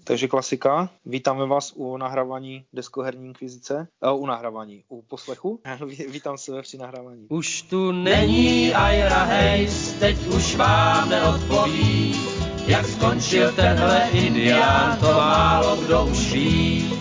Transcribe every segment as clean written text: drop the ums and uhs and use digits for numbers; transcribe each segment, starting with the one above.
Takže klasika, vítáme vás u nahrávání deskoherní inkvizice, u poslechu. Vítám se při nahrávání. Už tu není Ira Hayes, teď už vám neodpoví, jak skončil tenhle indián, to málo kdo už ví.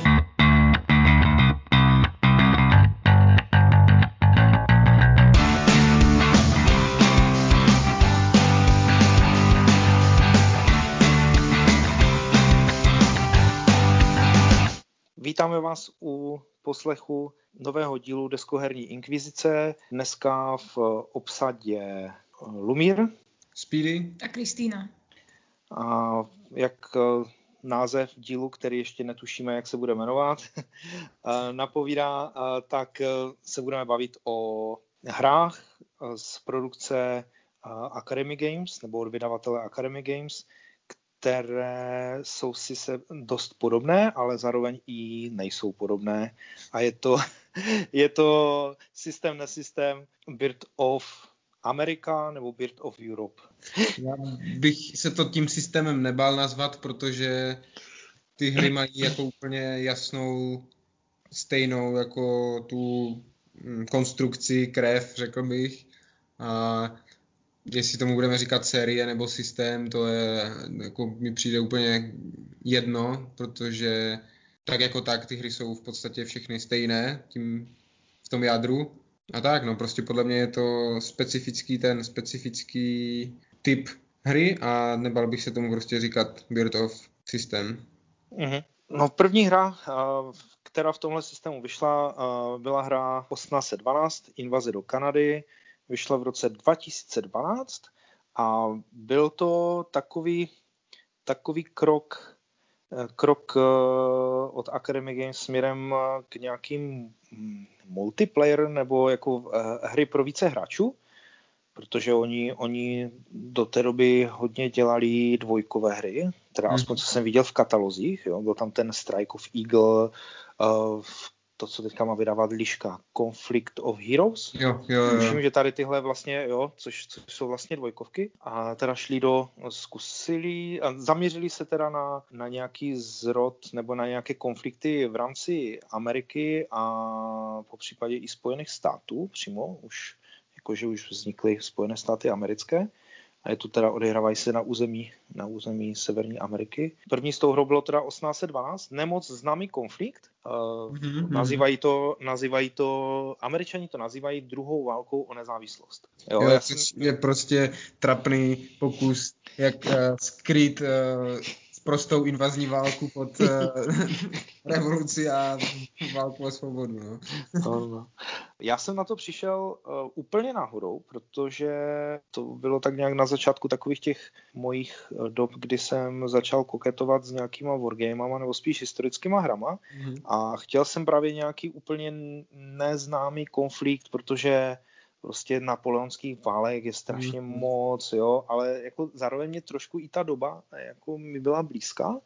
Vítáme vás u poslechu nového dílu deskoherní inkvizice. Dneska v obsadě Lumír, Speedy a Kristýna. A jak název dílu, který ještě netušíme, jak se bude jmenovat, napovídá, tak se budeme bavit o hrách z produkce Academy Games, nebo od vydavatele Academy Games, které jsou si se dost podobné, ale zároveň i nejsou podobné. A je to systém, nesystém Bird of America nebo Bird of Europe. Já bych se to tím systémem nebál nazvat, protože ty hry mají jako úplně jasnou, stejnou jako tu konstrukci, krev, řekl bych. A jestli tomu budeme říkat série nebo systém, to je, jako mi přijde úplně jedno, protože tak jako tak ty hry jsou v podstatě všechny stejné tím v tom jádru. A tak, no prostě podle mě je to specifický typ hry a nebal bych se tomu prostě říkat Bird of System. Mm-hmm. No první hra, která v tomhle systému vyšla, byla hra 1812, Invaze do Kanady. Vyšla v roce 2012 a byl to takový krok od Academy Games směrem k nějakým multiplayer nebo jako hry pro více hráčů, protože oni do té doby hodně dělali dvojkové hry, teda aspoň co jsem viděl v katalozích, jo, byl tam ten Strike of Eagle, to, co teďka má vydávat Liška, Conflict of Heroes. Jo. Myslím, že tady tyhle vlastně, což jsou vlastně dvojkovky. A teda zkusili a zaměřili se teda na nějaký zrod nebo na nějaké konflikty v rámci Ameriky a po případě i Spojených států přímo, jakože už vznikly Spojené státy americké. A je tu teda odehrávají se na území Severní Ameriky. První z toho hrou bylo teda 1812, nemoc známý konflikt. Nazývají to, Američani to nazývají druhou válkou o nezávislost. Jo, je prostě trapný pokus, jak skrýt prostou invazní válku pod revoluci a válku o svobodu. No. Já jsem na to přišel úplně náhodou, protože to bylo tak nějak na začátku takových těch mojich dob, kdy jsem začal koketovat s nějakýma wargamama nebo spíš historickýma hrama a chtěl jsem právě nějaký úplně neznámý konflikt, protože prostě napoleonských válek je strašně moc, jo, ale jako zároveň mě trošku i ta doba jako mi byla blízká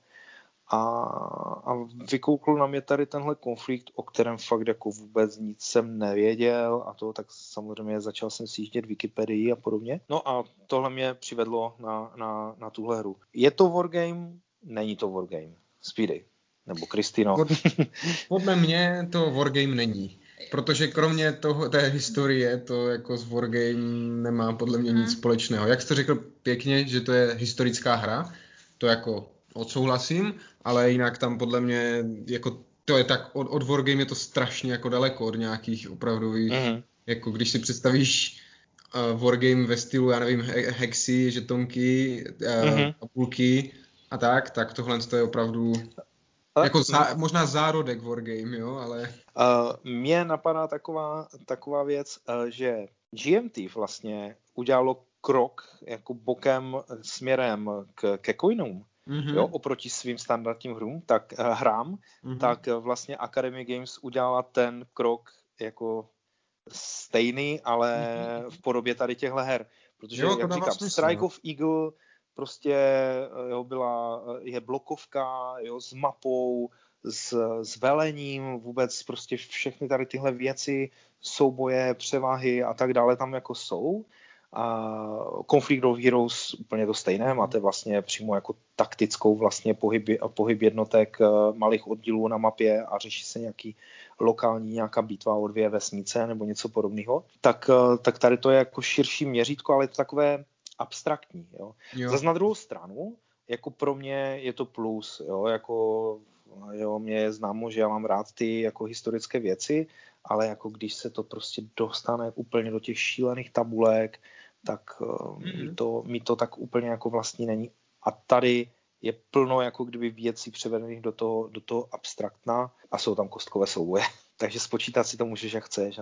a vykoukl na mě tady tenhle konflikt, o kterém fakt jako vůbec nic jsem nevěděl a to tak samozřejmě začal jsem sjíždět Wikipedii a podobně. No a tohle mě přivedlo na tuhle hru. Je to wargame? Není to wargame. Speedy. Nebo Kristýno. Podle mě to wargame není. Protože kromě té historie to jako s wargame nemá podle mě nic společného. Jak jste řekl pěkně, že to je historická hra, to jako odsouhlasím, ale jinak tam podle mě jako to je tak od wargame je to strašně jako daleko od nějakých opravdových, jako když si představíš wargame ve stylu, já nevím, hexy, žetonky, půlky a tak tohle to je opravdu jako možná zárodek wargame, jo, ale... Mně napadá taková věc, že GMT vlastně udělalo krok jako bokem směrem ke coinům, jo, oproti svým standardním hrám, tak vlastně Academy Games udělala ten krok jako stejný, ale v podobě tady těchto her. Protože, jak říkám, Strike of Eagle prostě je blokovka, jo, s mapou, s velením, vůbec prostě všechny tady tyhle věci, souboje, převahy a tak dále tam jako jsou. A Conflict of Heroes úplně to stejné, máte vlastně přímo jako taktickou vlastně pohyb jednotek malých oddílů na mapě a řeší se nějaká bitva o 2 vesnice nebo něco podobného. Tak tady to je jako širší měřítko, ale je to takové abstraktní. Jo. Zas na druhou stranu, jako pro mě je to plus, mě je známo, že já mám rád ty jako historické věci, ale jako když se to prostě dostane úplně do těch šílených tabulek, tak mi to tak úplně jako vlastní není. A tady je plno jako kdyby věcí převedených do toho abstraktna a jsou tam kostkové souboje. Takže spočítat si to můžeš, jak chceš,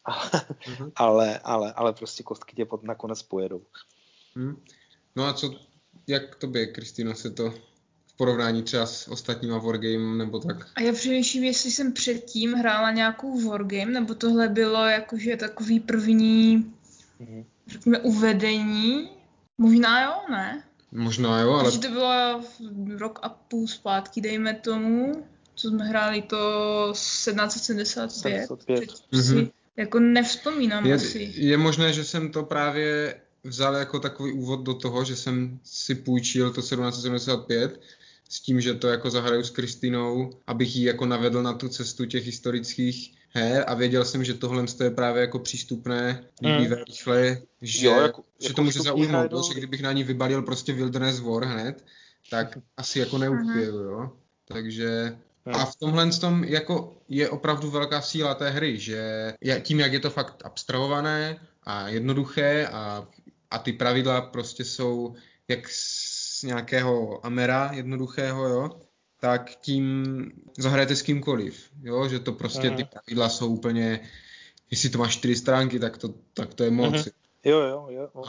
ale prostě kostky tě nakonec pojedou. No a jak tobě, Kristýno, se to v porovnání třeba s ostatníma Wargame nebo tak? A já přemýšlím, jestli jsem předtím hrála nějakou Wargame, nebo tohle bylo jakože takový první, řekněme, uvedení. Možná jo, ne? Možná jo, ale... Takže to bylo rok a půl zpátky, dejme tomu, co jsme hráli to 1775. Jako nevzpomínám asi. Je možné, že jsem to právě vzal jako takový úvod do toho, že jsem si půjčil to 1775 s tím, že to jako zahraju s Kristýnou, abych ji jako navedl na tu cestu těch historických her a věděl jsem, že tohle je právě jako přístupné, líbivé, rychle, že to může zaujmout, že kdybych na ní vybalil prostě Wilderness War hned, tak asi jako neuspěju, jo. Takže a v tomhle tom jako je opravdu velká síla té hry, že tím, jak je to fakt abstrahované a jednoduché a ty pravidla prostě jsou jak z nějakého Amera jednoduchého, jo, tak tím zahrajete s kýmkoliv, jo, že to prostě ty pravidla jsou úplně, jestli to má 4 stránky, tak to je moc. Jo.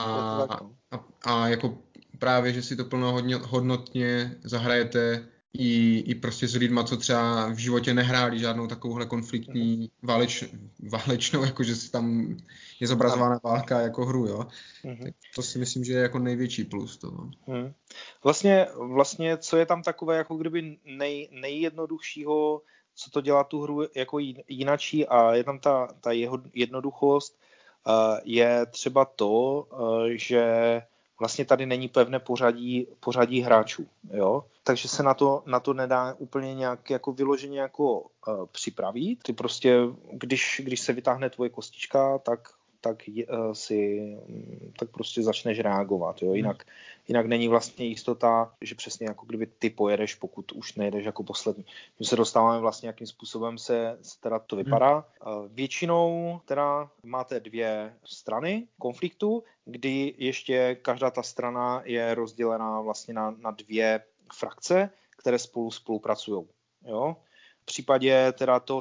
A jako právě, že si to plnohodnotně zahrajete i prostě s lidma, co třeba v životě nehráli žádnou takovouhle konfliktní válečnou, jakože se tam je zobrazována válka jako hru, jo. Tak to si myslím, že je jako největší plus toho. Vlastně, co je tam takové jako kdyby nejjednoduššího, co to dělá tu hru jako jinačí a je tam ta jeho jednoduchost, je třeba to, že vlastně tady není pevné pořadí hráčů, jo? Takže se na to nedá úplně nějak jako vyloženě jako připravit. Ty prostě, když se vytáhne tvoje kostička, tak prostě začneš reagovat, jo? Jinak není vlastně jistota, že přesně jako kdyby ty pojedeš, pokud už nejedeš jako poslední. My se dostáváme vlastně, jakým způsobem se teda to vypadá. Většinou teda máte 2 strany konfliktu, kdy ještě každá ta strana je rozdělená vlastně na 2 frakce, které spolupracují. Jo? V případě teda toho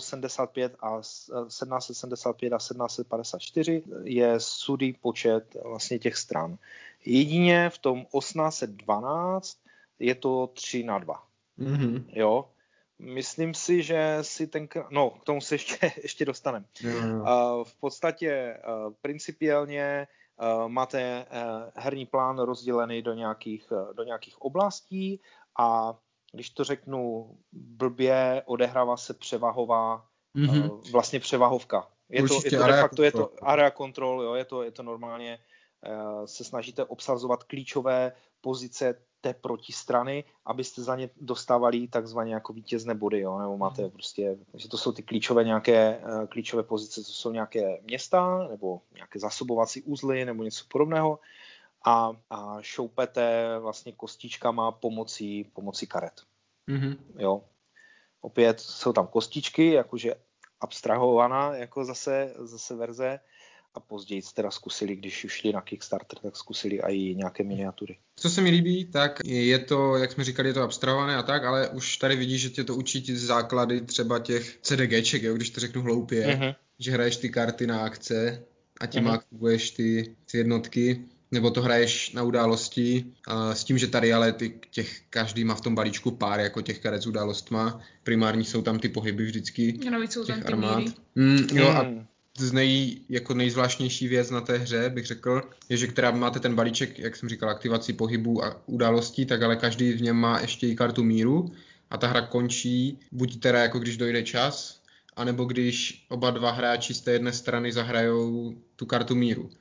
1775 a 1754 je sudý počet vlastně těch stran. Jedině v tom 1812 je to 3:2. Jo? Myslím si, že si k tomu se ještě dostaneme. V podstatě principiálně máte herní plán rozdělený do nějakých oblastí a když to řeknu blbě, odehrává se vlastně převahovka. Je to de facto je to area control, jo, je to normálně, se snažíte obsazovat klíčové pozice té protistrany, abyste za ně dostávali takzvaně jako vítězné body, jo, nebo máte prostě, že to jsou ty klíčové pozice, to jsou nějaké města, nebo nějaké zásobovací uzly, nebo něco podobného a šoupete vlastně kostičkama pomocí karet. Jo. Opět jsou tam kostičky, jakože abstrahovaná jako zase verze a později teda zkusili, když už šli na Kickstarter, tak zkusili i nějaké miniatury. Co se mi líbí, tak je to, jak jsme říkali, je to abstrahované a tak, ale už tady vidíš, že tě to učí ty základy třeba těch CDGček, jo, když to řeknu hloupě, že hraješ ty karty na akce a tím aktivuješ ty jednotky, nebo to hraješ na události s tím, že tady ale každý má v tom balíčku pár jako těch karet s událostma. Primární jsou tam ty pohyby vždycky těch armád. Jo a jako nejzvláštnější věc na té hře, bych řekl, je, že která máte ten balíček, jak jsem říkal, aktivací pohybů a událostí, tak ale každý v něm má ještě i kartu míru a ta hra končí buď teda jako když dojde čas, anebo když oba dva hráči z té jedné strany zahrajou tu kartu míru.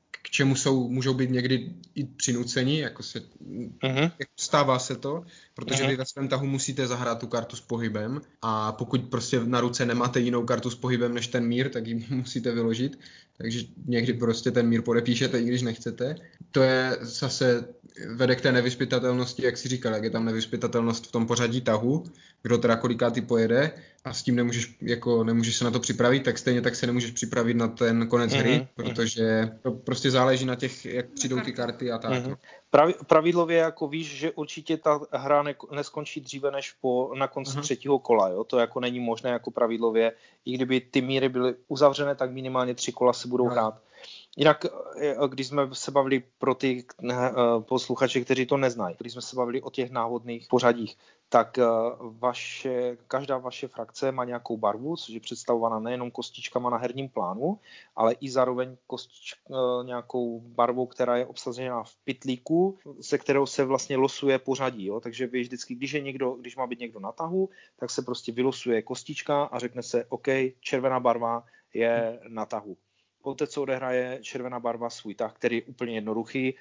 k čemu můžou být někdy i přinuceni, jako stává se to, protože vy ve svém tahu musíte zahrát tu kartu s pohybem a pokud prostě na ruce nemáte jinou kartu s pohybem než ten mír, tak ji musíte vyložit, takže někdy prostě ten mír podepíšete, i když nechcete. To je zase vede k té nevyzpytatelnosti, jak si říkal, jak je tam nevyzpytatelnost v tom pořadí tahu, kdo teda kolikátý pojede a s tím nemůžeš se na to připravit, tak stejně tak se nemůžeš připravit na ten konec hry, protože to prostě záleží na těch, jak přijdou ty karty a tak. Pravidlově jako víš, že určitě ta hra neskončí dříve než na konci třetího kola, jo? To jako není možné jako pravidlově, i kdyby ty míry byly uzavřené, tak minimálně 3 kola se budou hrát. Jinak, když jsme se bavili pro ty posluchače, kteří to neznají, když jsme se bavili o těch náhodných pořadích, tak každá vaše frakce má nějakou barvu, což je představovaná nejenom kostičkama na herním plánu, ale i zároveň nějakou barvou, která je obsazená v pytlíku, se kterou se vlastně losuje pořadí. Jo? Takže vy vždycky, když má být někdo na tahu, tak se prostě vylosuje kostička a řekne se, OK, červená barva je na tahu. Poté, co odehraje červená barva svůj tah, který je úplně jednoduchý,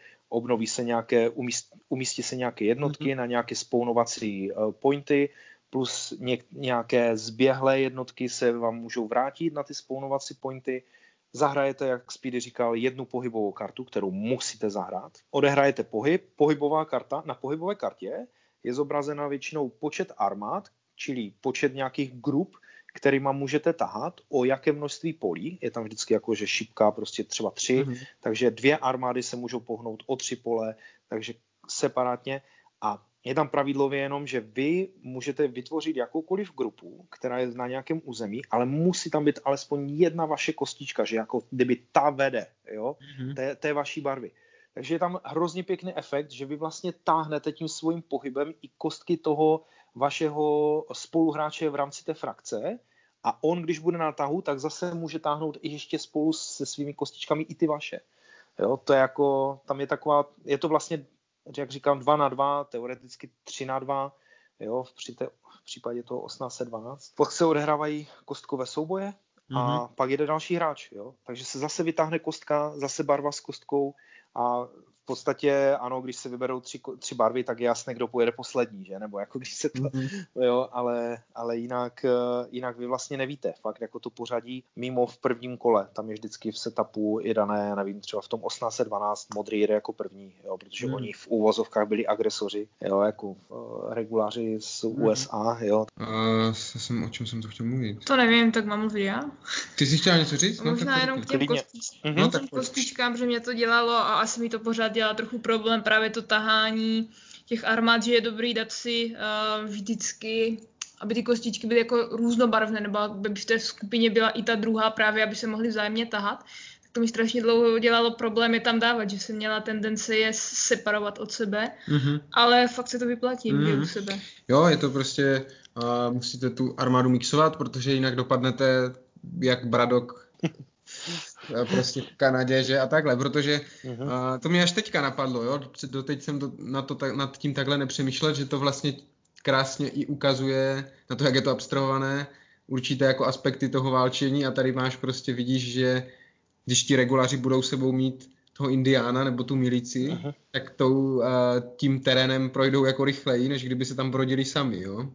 umístí se nějaké jednotky na nějaké spawnovací pointy, plus nějaké zběhlé jednotky se vám můžou vrátit na ty spawnovací pointy. Zahrajete, jak Speedy říkal, jednu pohybovou kartu, kterou musíte zahrát. Odehrajete pohybová karta. Na pohybové kartě je zobrazena většinou počet armád, čili počet nějakých grup, kterýma můžete tahat, o jaké množství polí. Je tam vždycky jako, že šipka prostě třeba 3, takže 2 armády se můžou pohnout o 3 pole, takže separátně. A je tam pravidlově jenom, že vy můžete vytvořit jakoukoliv grupu, která je na nějakém území, ale musí tam být alespoň jedna vaše kostička, že jako kdyby ta vede, jo, té vaší barvy. Takže je tam hrozně pěkný efekt, že vy vlastně táhnete tím svým pohybem i kostky toho vašeho spoluhráče v rámci té frakce a on, když bude na tahu, tak zase může táhnout i ještě spolu se svými kostičkami i ty vaše. Jo, to je jako, tam je taková, je to vlastně, jak říkám, 2x2, teoreticky 3x2, jo, v případě toho 1812. Pak se odehrávají kostkové souboje a pak jede další hráč, jo. Takže se zase vytáhne kostka, zase barva s kostkou a v podstatě ano, když se vyberou 3 barvy, tak je jasné, kdo pojede poslední, že? Nebo jako když se to, jo, ale jinak vy vlastně nevíte, fakt jako to pořadí mimo v prvním kole, tam je vždycky v setupu je dané, nevím, třeba v tom 1812 modrý jede jako první, jo, protože oni v úvozovkách byli agresoři, jo, jako reguláři z USA, jo. O čem jsem to chtěl mluvit? To nevím, tak mám mluvit já. Ty jsi chtěla něco říct? Možná jenom k těm kostičkám, že mě to dělalo a asi mi to pořád dělá trochu problém, právě to tahání těch armád, že je dobrý dát si vždycky, aby ty kostičky byly jako různobarvné, nebo aby v té skupině byla i ta druhá právě, aby se mohly vzájemně tahat. Tak to mi strašně dlouho dělalo problém je tam dávat, že jsem měla tendence je separovat od sebe, ale fakt se to vyplatí u sebe. Jo, je to prostě, musíte tu armádu mixovat, protože jinak dopadnete jak Braddock prostě v Kanadě, že a takhle, protože to mě až teďka napadlo, jo, doteď jsem nad tím takhle nepřemýšlel, že to vlastně krásně i ukazuje na to, jak je to abstrahované, určité jako aspekty toho válčení a tady máš prostě, vidíš, že když ti reguláři budou sebou mít toho indiána nebo tu milici, tak tím terénem projdou jako rychleji, než kdyby se tam brodili sami, jo.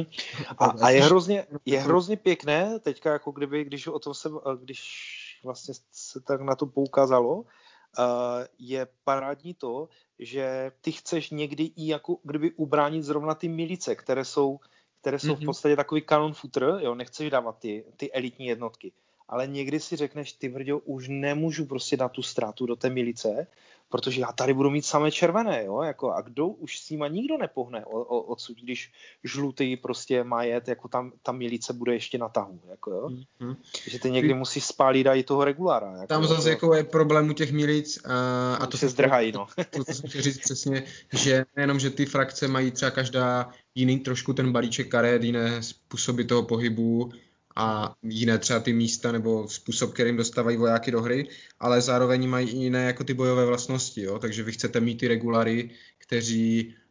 A je hrozně pěkné, teďka jako když vlastně se tak na to poukázalo, je parádní to, že ty chceš někdy i jako kdyby ubránit zrovna ty milice, které jsou v podstatě takový kanon footer, jo, nechceš dávat ty elitní jednotky. Ale někdy si řekneš, ty brďo, už nemůžu prostě dát tu ztrátu do té milice, protože já tady budu mít samé červené, jo, jako a kdo už s nima nikdo nepohne odsud, když žlutý prostě má jet, jako ta milice bude ještě na tahu, jako jo. Že ty někdy musíš spálit i toho regulára. Jako, tam zase jako je problém u těch milic a to se zdrhají, no. To jsem chtěl říct přesně, že nejenom, že ty frakce mají třeba každá jiný trošku ten balíček karet, jiné způsoby toho pohybu, a jiné třeba ty místa nebo způsob, kterým dostávají vojáky do hry, ale zároveň mají i jiné jako ty bojové vlastnosti, jo? Takže vy chcete mít ty regulary, kteří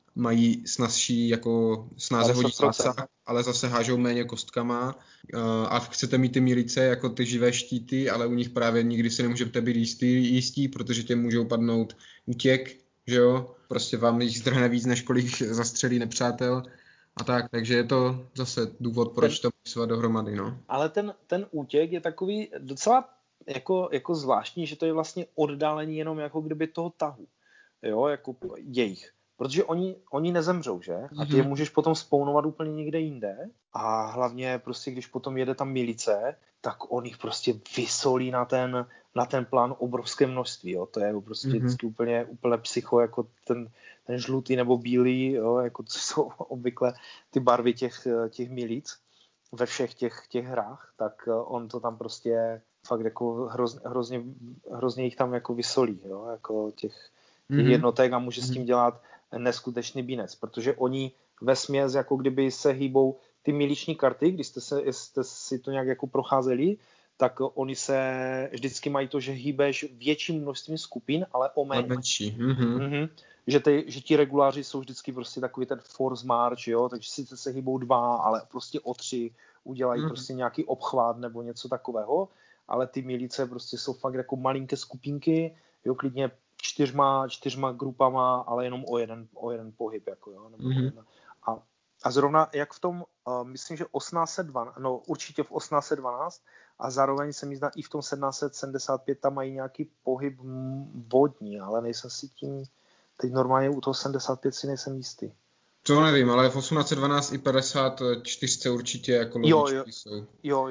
mají snazší, jako snáze hodí zásah, ale zase hážou méně kostkama a chcete mít ty milice jako ty živé štíty, ale u nich právě nikdy si nemůžete být jistí, protože tě můžou padnout útěk, že jo, prostě vám jich zdrhne víc, než kolik zastřelí nepřátel a tak, takže je to zase důvod, proč to myslet dohromady, no. Ale ten útěk je takový docela jako zvláštní, že to je vlastně oddálení jenom jako kdyby toho tahu, jo, jako jejich. Protože oni nezemřou, že? A ty je můžeš potom spawnovat úplně někde jinde. A hlavně prostě, když potom jede tam milice, tak on jich prostě vysolí na ten plán obrovské množství, jo? To je prostě vždycky úplně psycho, jako ten žlutý nebo bílý, jo? Jako co jsou obvykle ty barvy těch milic ve všech těch hrách, tak on to tam prostě fakt jako hrozně jich tam jako vysolí, jo? Jako těch jednotek a může s tím dělat neskutečný binec, protože oni vesměs jako kdyby se hýbou ty miliční karty, když jste si to nějak jako procházeli, tak oni se vždycky mají to, že hýbeš větším množstvím skupin, ale o menší. Že ti reguláři jsou vždycky prostě takový ten force march, jo, takže sice se hýbou 2, ale prostě o 3 udělají prostě nějaký obchvat nebo něco takového, ale ty milice prostě jsou fakt jako malinké skupinky, jo, klidně 4 grupama, ale jenom o jeden pohyb, jako jo, nebo a zrovna jak v tom, myslím, že 1812, no určitě v 1812 a zároveň se mi zdá i v tom 1775 tam mají nějaký pohyb vodní, ale nejsem si tím, teď normálně u toho 75 si nejsem jistý. To nevím, ale v 1812 i 54 určitě jako lodičky jsou.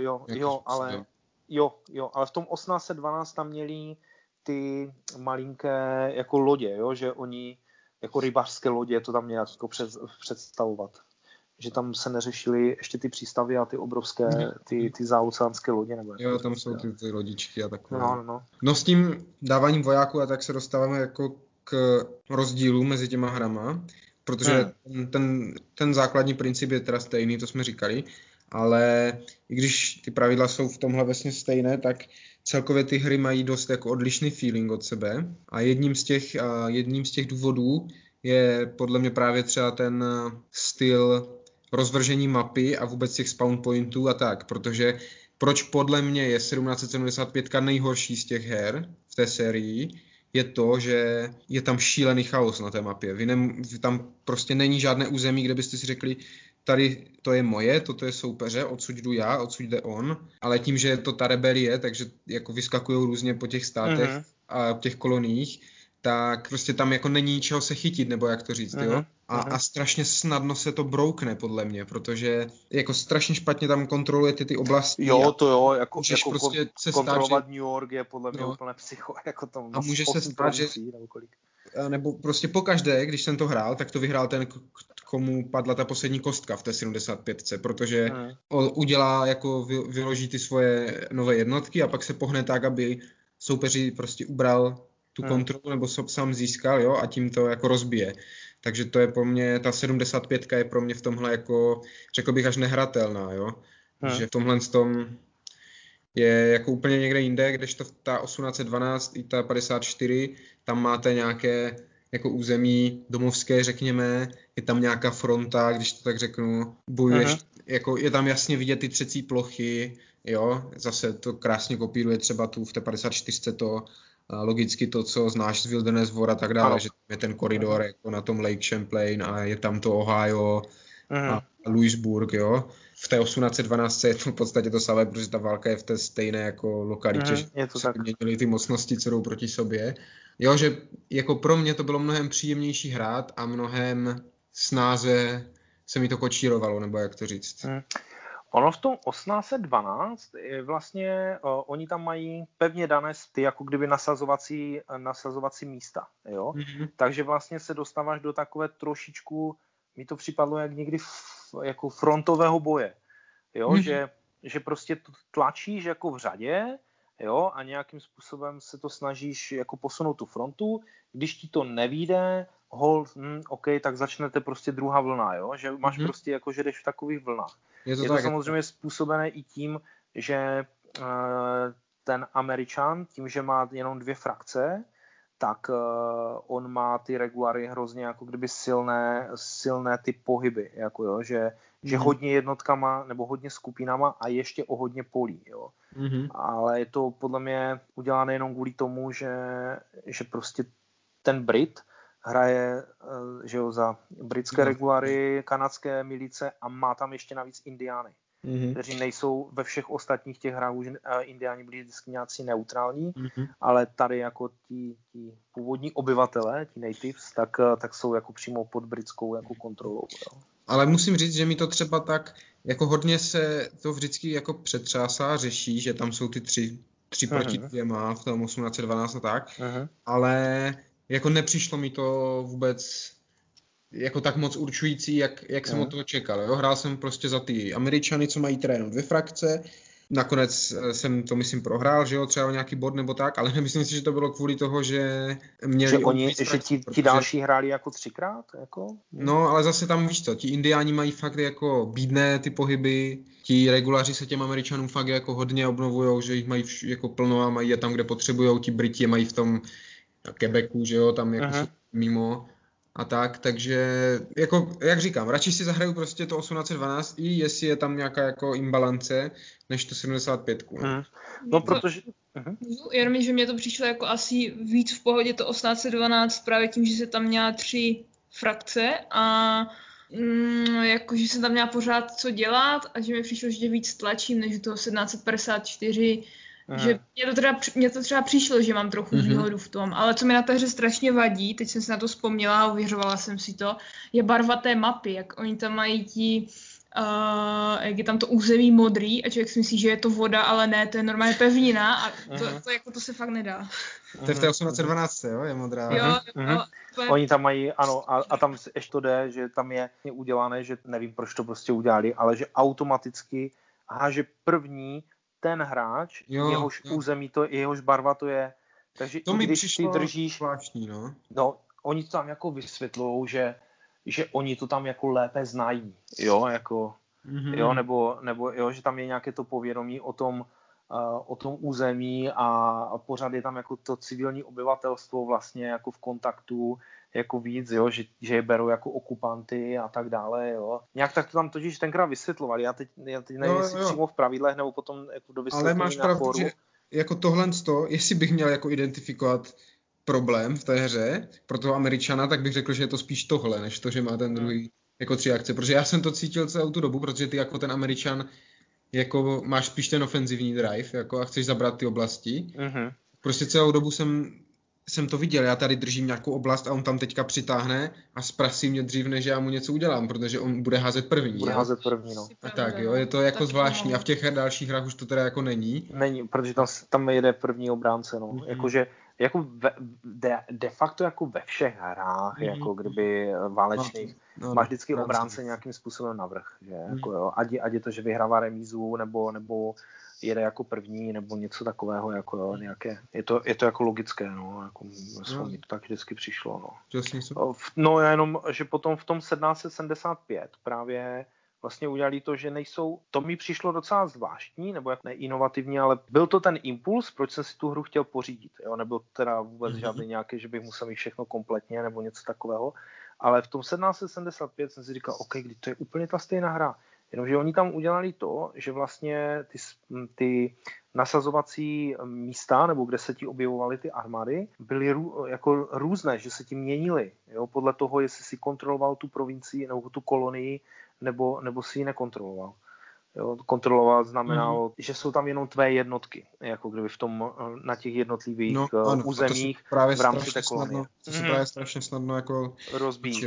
Ale v tom 1812 tam měli ty malinké jako lodě, jo, že oni jako rybářské lodě to tam měli jako představovat. Že tam se neřešily ještě ty přístavy a ty obrovské, ty záoceánské lodě. Nebo jo, tam jsou ty lodičky a takové. No. No s tím dáváním vojáků a tak se dostáváme jako k rozdílu mezi těma hrama, protože ten základní princip je teda stejný, to jsme říkali, ale i když ty pravidla jsou v tomhle vlastně stejné, tak celkově ty hry mají dost jako odlišný feeling od sebe a jedním z těch důvodů je podle mě právě třeba ten styl rozvržení mapy a vůbec těch spawn pointů a tak, protože proč podle mě je 1775 nejhorší z těch her v té sérii, je to, že je tam šílený chaos na té mapě. Tam prostě není žádné území, kde byste si řekli, tady to je moje, toto je soupeře, odsud jdu já, odsud jde on, ale tím, že je to ta rebelie, takže jako vyskakujou různě po těch státech a těch koloniích, tak prostě tam jako není čeho se chytit, nebo jak to říct, jo? A strašně snadno se to broukne, podle mě, protože jako strašně špatně tam kontrolujete ty oblasti. Jo, to jo, jako prostě kontrolovat New York je podle mě úplně psycho, jako tam a může se stát, že nebo prostě pokaždé, když jsem to hrál, tak to vyhrál ten, komu padla ta poslední kostka v té 75, protože udělá, jako vyloží ty svoje nové jednotky a pak se pohne tak, aby soupeři prostě ubral tu kontrolu nebo sám získal, jo, a tím to jako rozbije. Takže to je pro mě, ta 75 je pro mě v tomhle jako, řekl bych, až nehratelná, jo. Že v tomhle tom je jako úplně někde jinde, kdežto ta 1812 i ta 54, tam máte nějaké jako území domovské, řekněme, je tam nějaká fronta, když to tak řeknu, bojuješ, jako je tam jasně vidět ty třecí plochy, jo, zase to krásně kopíruje třeba tu v té 54 to logicky to, co znáš z Wilderness War a tak dále, že je ten koridor jako na tom Lake Champlain a je tam to Ohio a Louisburg, jo. V té 1812 je to v podstatě to samé, protože ta válka je v té stejné jako lokalitě, že se vyměnily ty mocnosti, co jdou proti sobě. Jo, že jako pro mě to bylo mnohem příjemnější hrát a mnohem snáze se mi to kočírovalo, nebo jak to říct. Ono v tom 1812 je vlastně, oni tam mají pevně dané ty jako kdyby nasazovací místa, jo? Takže vlastně se dostáváš do takové trošičku, mi to připadlo jak někdy jako frontového boje, jo? Že prostě tlačíš jako v řadě, jo? A nějakým způsobem se to snažíš jako posunout tu frontu, když ti to nevyjde, OK, tak začnete prostě druhá vlna, jo? Že máš prostě jako, že jdeš v takových vlnách. Je to samozřejmě způsobené i tím, že ten Američan, tím, že má jenom 2 frakce, tak on má ty regulary hrozně jako kdyby silné ty pohyby, jako jo, že hodně jednotkama nebo hodně skupinama a ještě o hodně polí, jo. Ale je to podle mě udělané jenom kvůli tomu, že prostě ten Brit hraje, že jo, za britské regulary, kanadské milice a má tam ještě navíc Indiány, kteří nejsou ve všech ostatních těch hrách, už Indiáni byli vždycky nějací neutrální, ale tady jako ti původní obyvatelé, ti natives, tak jsou jako přímo pod britskou jako kontrolou. Jo. Ale musím říct, že mi to třeba tak, jako hodně se to vždycky jako přetřásá, řeší, že tam jsou ty tři proti dvěma v tom 1812 a tak, ale jako nepřišlo mi to vůbec jako tak moc určující, jak jsem od toho čekal. Jo? Hrál jsem prostě za ty Američany, co mají teda jenom 2 frakce. Nakonec jsem to, myslím, prohrál, že jo, třeba nějaký bod nebo tak, ale nemyslím si, že to bylo kvůli toho, že měli... Že ti další hráli jako 3krát? Jako? No, ale zase tam, víš co, ti Indiáni mají fakt jako bídné ty pohyby, ti regulaři se těm Američanům fakt jako hodně obnovujou, že jich mají jako plno a mají je tam, kde potřebujou, ti Briti je mají v tom Quebecu, že jo, tam jako jsou mimo a tak, takže jako, jak říkám, radši si zahraju prostě to 1812 i jestli je tam nějaká jako imbalance, než to 75. No, protože... Jenom, že mě to přišlo jako asi víc v pohodě to 1812 právě tím, že se tam měla 3 frakce a jakože jsem tam měla pořád co dělat a že mi přišlo, že víc tlačím než toho 1754, že mě to třeba přišlo, že mám trochu výhodu v tom, ale co mi na té hře strašně vadí, teď jsem si na to vzpomněla a ověřovala jsem si to, je barva té mapy, jak oni tam mají jak je tam to území modrý a člověk si myslí, že je to voda, ale ne, to je normálně pevnina a to se fakt nedá. To je v té 1812, jo, je modrá. Jo. Oni tam mají, ano, a tam ještě to jde, že tam je udělané, že nevím, proč to prostě udělali, ale že automaticky háže první ten hráč, jehož území to, jehož barva to je. Takže to i mi když přišlo ty držíš, zvláštní, no. No, oni to tam jako vysvětlujou, že oni to tam jako lépe znají, jo, jako, jo, nebo jo, že tam je nějaké to povědomí o tom území a pořád je tam jako to civilní obyvatelstvo vlastně jako v kontaktu jako víc, jo, že je berou jako okupanty a tak dále, jo. Nějak tak to tam totiž tenkrát vysvětlovali, já teď nevím, jestli přímo v pravidlech nebo potom jako do vysvětlení. Ale máš pravdu, že jako tohle, jestli bych měl jako identifikovat problém v té hře pro toho Američana, tak bych řekl, že je to spíš tohle, než to, že má ten druhý jako 3 akce, protože já jsem to cítil celou tu dobu, protože ty jako ten Američan jako máš spíš ten ofenzivní drive jako a chceš zabrat ty oblasti. Prostě celou dobu jsem to viděl, já tady držím nějakou oblast a on tam teďka přitáhne a zprasí mě dřív, než já mu něco udělám, protože on bude házet první. Házet první, no. A tak, jo, je to jako zvláštní a v těch dalších hrách už to teda jako není. Není, protože tam jede první obránce, no. Jakože jako de facto jako ve všech hrách, jako kdyby válečných, máš vždycky obránce nějakým způsobem navrch, že jako jo, ať je to, že vyhrává remízu, nebo jede jako první, nebo něco takového, jako jo, nějaké, je to jako logické, no, jako mi to tak vždycky přišlo, no. No, jenom, že potom v tom 1775 právě vlastně udělali to, že nejsou, to mi přišlo docela zvláštní, nebo jak ne inovativní, ale byl to ten impuls, proč jsem si tu hru chtěl pořídit, jo, nebyl teda vůbec žádný nějaký, že bych musel mít všechno kompletně, nebo něco takového, ale v tom 1775 jsem si říkal, OK, když to je úplně ta stejná hra, jenomže oni tam udělali to, že vlastně ty nasazovací místa, nebo kde se ti objevovaly ty armády, byly jako různé, že se ti měnily, jo, podle toho, jestli si kontroloval tu provincii nebo tu kolonii, nebo si ji nekontroloval. Jo, kontrolovat znamenalo, že jsou tam jenom tvé jednotky, jako kdyby na těch jednotlivých územích v rámci té kolonie. To se právě strašně snadno jako rozbít.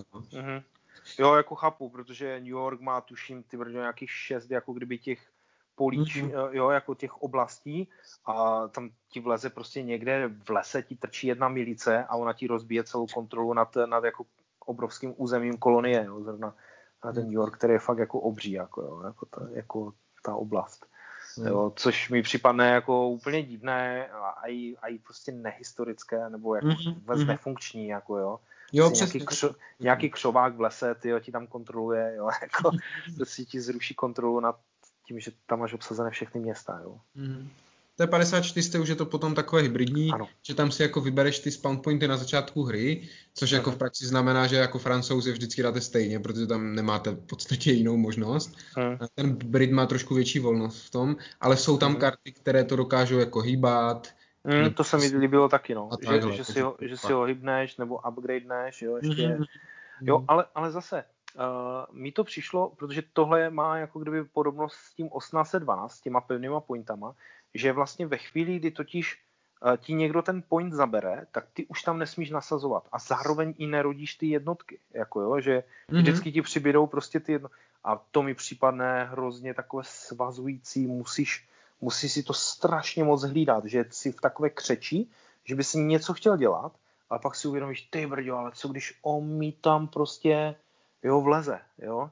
Jo, jako chápu, protože New York má, tuším, nějakých 6 jako kdyby těch políč, jo, jako těch oblastí a tam ti vleze prostě někde v lese, ti trčí jedna milice a ona ti rozbije celou kontrolu nad jako obrovským územím kolonie, jo, zrovna na ten New York, který je fakt jako obří, jako ta oblast. Jo, což mi připadne jako úplně divné a i prostě nehistorické, nebo jako vůbec nefunkční, jako jo. Jo, nějaký křovák v lese, ti tam kontroluje, jo, jako si ti zruší kontrolu nad tím, že tam máš obsazené všechny města, jo. té 54 už je to potom takové hybridní, ano. že tam si jako vybereš ty spawn pointy na začátku hry, což jako v praxi znamená, že jako Francouzi vždycky dáte stejně, protože tam nemáte v podstatě jinou možnost. Ten Brit má trošku větší volnost v tom, ale jsou tam karty, které to dokážou jako hýbat. To se mi líbilo taky, no. Takhle, že si ho hybneš nebo upgradeneš, jo, ještě. Jo, ale zase, mi to přišlo, protože tohle má jako kdyby podobnost s tím 1812, s těma pevnýma pointama, že vlastně ve chvíli, kdy totiž ti někdo ten point zabere, tak ty už tam nesmíš nasazovat a zároveň i nerodíš ty jednotky, jako jo, že vždycky ti přibydou prostě ty jednotky a to mi připadne hrozně takové svazující, musíš si to strašně moc hlídat, že jsi v takové křeči, že by si něco chtěl dělat, a pak si uvědomíš, ty brďo, ale co když on mi tam prostě vleze, jo?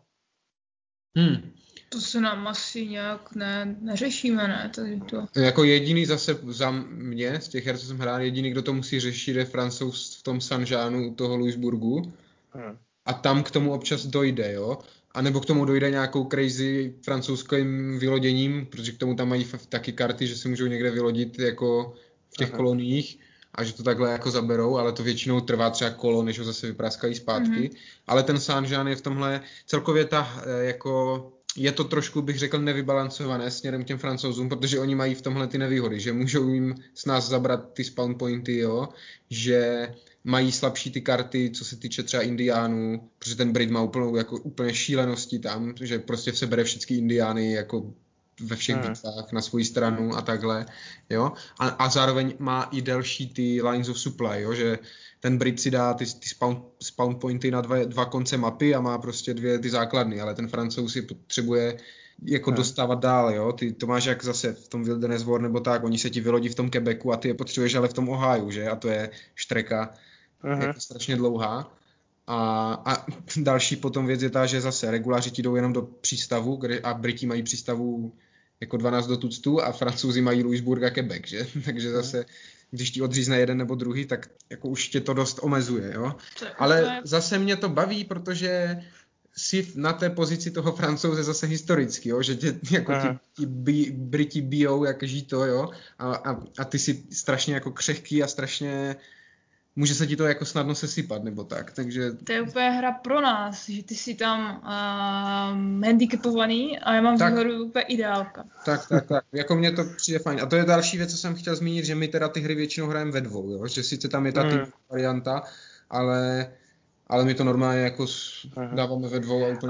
To se nám asi nějak neřešíme, ne? Tady to. Jako jediný zase za mě, z těch her, co jsem hrál, jediný, kdo to musí řešit, je Francouz v tom Saint-Jeanu u toho Louisburgu. A tam k tomu občas dojde, jo? A nebo k tomu dojde nějakou crazy francouzským vyloděním, protože k tomu tam mají taky karty, že si můžou někde vylodit jako v těch koloniích a že to takhle jako zaberou, ale to většinou trvá třeba kolo, než ho zase vypraskají zpátky. Ale ten Saint-Jean je v tomhle celkově jako je to trošku, bych řekl, nevybalancované směrem k těm Francouzům, protože oni mají v tomhle ty nevýhody, že můžou jim s nás zabrat ty spawn pointy, jo, že mají slabší ty karty, co se týče třeba Indiánů, protože ten Brit má úplně šílenosti tam, že prostě se bere všechny Indiány jako ve všech bitvách na svou stranu a takhle, jo. A zároveň má i delší ty lines of supply, jo, že ten Brit si dá ty spawn pointy na dva konce mapy a má prostě dvě ty základny, ale ten Francouz si potřebuje jako dostávat dál, jo. Ty to máš jak zase v tom Wilderness War nebo tak, oni se ti vylodí v tom Quebecu a ty je potřebuješ ale v tom Ohiu, že? A to je štreka jako strašně dlouhá. A další potom věc je ta, že zase reguláři ti jdou jenom do přístavu, a Briti mají přístavu jako 12 do tuctu a Francouzi mají Louisburg a Quebec, že? Takže zase, když ti odřízne jeden nebo druhý, tak jako už tě to dost omezuje, jo? Ale zase mě to baví, protože si na té pozici toho Francouze zase historicky, jo? Že tě jako ti Briti bijou jak žito, jo? A ty si strašně jako křehký a strašně může se ti to jako snadno sesypat, nebo tak, takže... To je úplně hra pro nás, že ty jsi tam handicapovaný a já mám výhodu úplně ideálka. Tak, jako mně to přijde fajn. A to je další věc, co jsem chtěl zmínit, že my teda ty hry většinou hrajeme ve dvou, jo? Že sice tam je ta tým varianta, ale my to normálně jako dáváme ve dvou a úplně...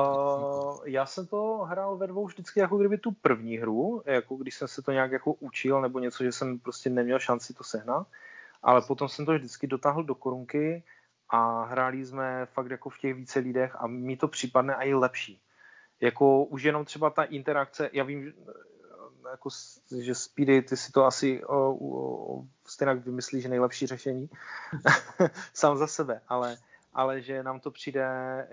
Já jsem to hrál ve dvou vždycky jako kdyby tu první hru, jako když jsem se to nějak jako učil nebo něco, že jsem prostě neměl šanci to sehnat. Ale potom jsem to vždycky dotáhl do korunky a hráli jsme fakt jako v těch více lidech a mi to připadne i lepší. Jako už jenom třeba ta interakce, já vím, jako, že Speedy, ty si to asi stejně vymyslíš, že nejlepší řešení sám za sebe, ale že nám to přijde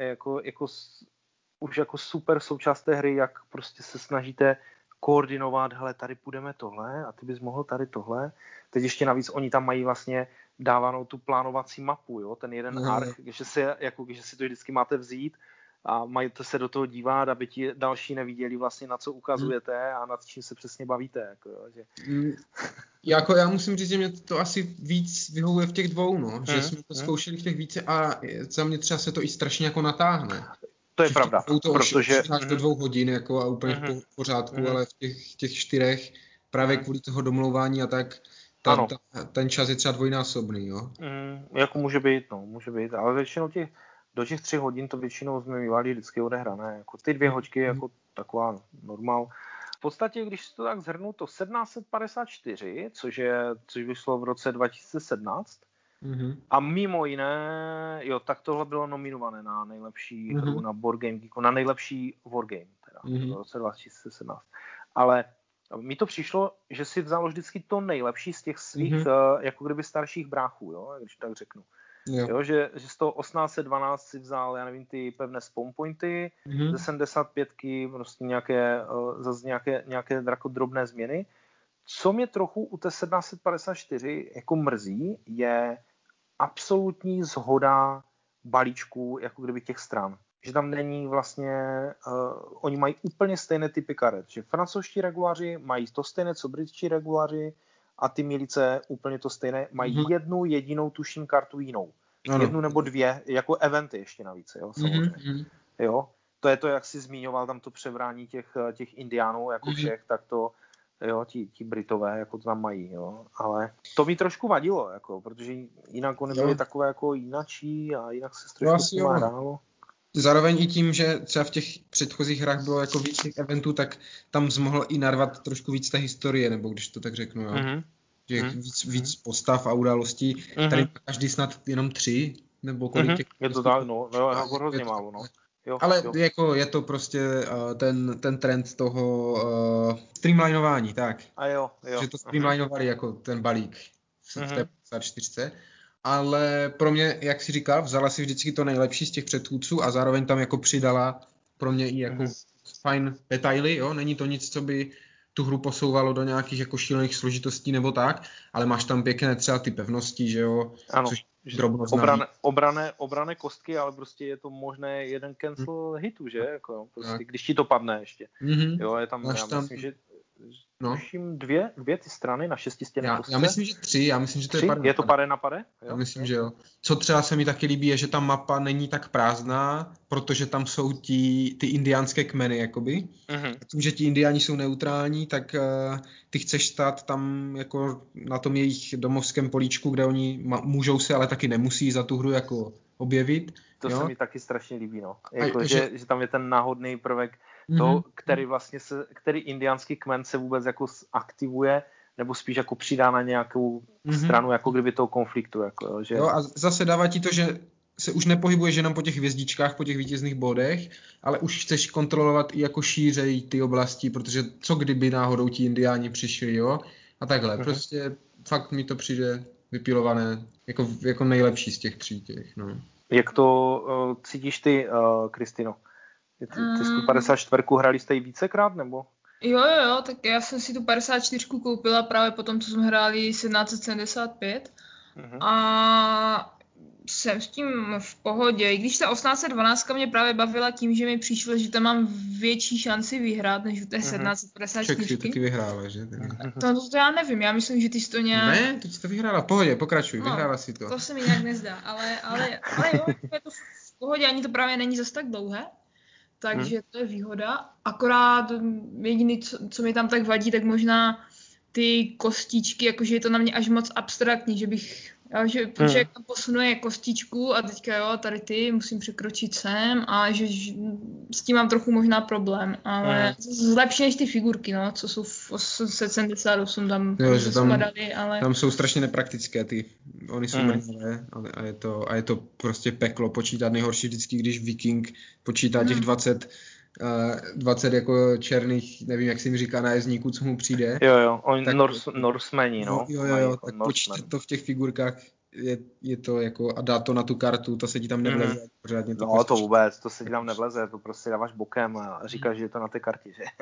už jako super součást té hry, jak prostě se snažíte koordinovat, hele, tady půjdeme tohle a ty bys mohl tady tohle. Teď ještě navíc oni tam mají vlastně dávanou tu plánovací mapu, jo, ten jeden arch, že si to vždycky máte vzít a máte se do toho dívat, aby ti další neviděli vlastně, na co ukazujete a nad čím se přesně bavíte. Jako, jo, že... Jako já musím říct, že mě to asi víc vyhovuje v těch dvou, no, že jsme to zkoušeli v těch více a za mě třeba se to i strašně jako natáhne. To je pravda, protože... do 2 hodin jako a úplně v pořádku, ale v těch 4 právě kvůli toho domlouvání a tak ten čas je třeba dvojnásobný, jo? Jako může být, ale většinou do těch 3 hodin to většinou jsme mývali vždycky odehrané, jako ty 2 hoďky jako taková normál. V podstatě, když si to tak zhrnu, to 1754, což vyšlo v roce 2017, a mimo jiné, jo, tak tohle bylo nominované na nejlepší hru na Board Game Geeku, na nejlepší Wargame, teda v roce 2017. Ale mi to přišlo, že si vzalo vždycky to nejlepší z těch svých, jako kdyby starších bráchů, jo, když tak řeknu. Jo, že z toho 1812 si vzal, já nevím, ty pevné spawn pointy, ze 75ky, prostě nějaké jako drobné změny. Co mě trochu u té 1754 jako mrzí, je absolutní shoda balíčků, jako kdyby těch stran. Že tam není vlastně oni mají úplně stejné typy karet, že francouzští reguláři mají to stejné, co britští reguláři a ty milice úplně to stejné, mají jednu jedinou tuším kartu jinou. Jednu nebo dvě, jako eventy ještě navíc, jo, samozřejmě. Jo, to je to, jak jsi zmiňoval tam to převrání těch indiánů jako všech, tak to, jo, ti Britové jako to tam mají, jo, ale to mi trošku vadilo, jako, protože jinak oni byli takové jako jinačí a jinak se trošku s nima hrálo. Zároveň i tím, že třeba v těch předchozích hrách bylo jako víc těch eventů, tak tam zmohl i narvat trošku víc té historie, nebo když to tak řeknu, jo. Že víc postav a událostí, tady každý snad jenom 3, nebo kolik těch... Je to tak, no jako hrozně málo, no. Jo, ale jako je to prostě ten trend toho streamlinování, tak. A jo. Že to streamlinovali jako ten balík v té 54. Ale pro mě, jak jsi říkal, vzala si vždycky to nejlepší z těch předchůdců a zároveň tam jako přidala pro mě i jako fajn detaily, jo, není to nic, co by tu hru posouvalo do nějakých jako šílených složitostí nebo tak, ale máš tam pěkné třeba ty pevnosti, že jo, ano, což drobnost obrané kostky, ale prostě je to možné jeden cancel hitu, že, jako prostě, když ti to padne ještě, jo, je tam, já myslím, že tuším dvě ty strany na 6stěnné kostce. Já myslím, že 3, já myslím, že to 3? je pade. Je to pade na pade? Jo? Já myslím, že jo. Co třeba se mi taky líbí, je, že ta mapa není tak prázdná, protože tam jsou ty indiánské kmeny, jakoby. A tím, že ti indiáni jsou neutrální, tak ty chceš stát tam jako na tom jejich domovském políčku, kde oni můžou se, ale taky nemusí za tu hru jako objevit. To se mi taky strašně líbí, no. Jako, že tam je ten náhodný prvek toho, který indiánský kmen se vůbec jako aktivuje, nebo spíš jako přidá na nějakou stranu, jako kdyby toho konfliktu. Jako, že... Jo, a zase dává ti to, že se už nepohybuješ jenom po těch hvězdičkách, po těch vítězných bodech, ale už chceš kontrolovat i jako šířej ty oblasti, protože co kdyby náhodou ti indiáni přišli, jo? A takhle, prostě fakt mi to přijde vypilované jako nejlepší z těch 3 těch, no. Jak to cítíš ty, Kristino? Ty 154 hrali jste ji vícekrát, nebo? Jo, tak já jsem si tu 54 koupila právě potom, co jsme hráli 1775 a jsem s tím v pohodě, i když ta 1812 mě právě bavila tím, že mi přišlo, že tam mám větší šanci vyhrát, než u té 1754. Však si taky vyhrála, že? To já nevím, já myslím, že ty jsi to nějak... Ne, ty jsi to vyhrála, v pohodě, pokračuj, vyhrála si to. To se mi nějak nezdá, ale jo, je to v pohodě, ani to právě není zas tak dlouhé. Takže to je výhoda. Akorát jediný, co mi tam tak vadí, tak možná ty kostičky, jakože je to na mě až moc abstraktní, že bych, protože jak tam posunuje kostičku a teďka jo, tady ty musím překročit sem a že s tím mám trochu možná problém, ale lepší než ty figurky, no, co jsou v 878 tam spadaly, ale... Tam jsou strašně nepraktické oni jsou mrňavé a je to prostě peklo počítat nejhorší vždycky, když Viking počítá těch 20 jako černých, nevím, jak se jim říká, nájezdníků, co mu přijde. Jo, oni Norsemani, no. Jo, tak počítat to v těch figurkách je to jako, a dát to na tu kartu, to se ti tam nevleze pořádně. No to vůbec, to se ti tam nevleze, to prostě dáváš bokem a říkáš, že je to na té kartě, že?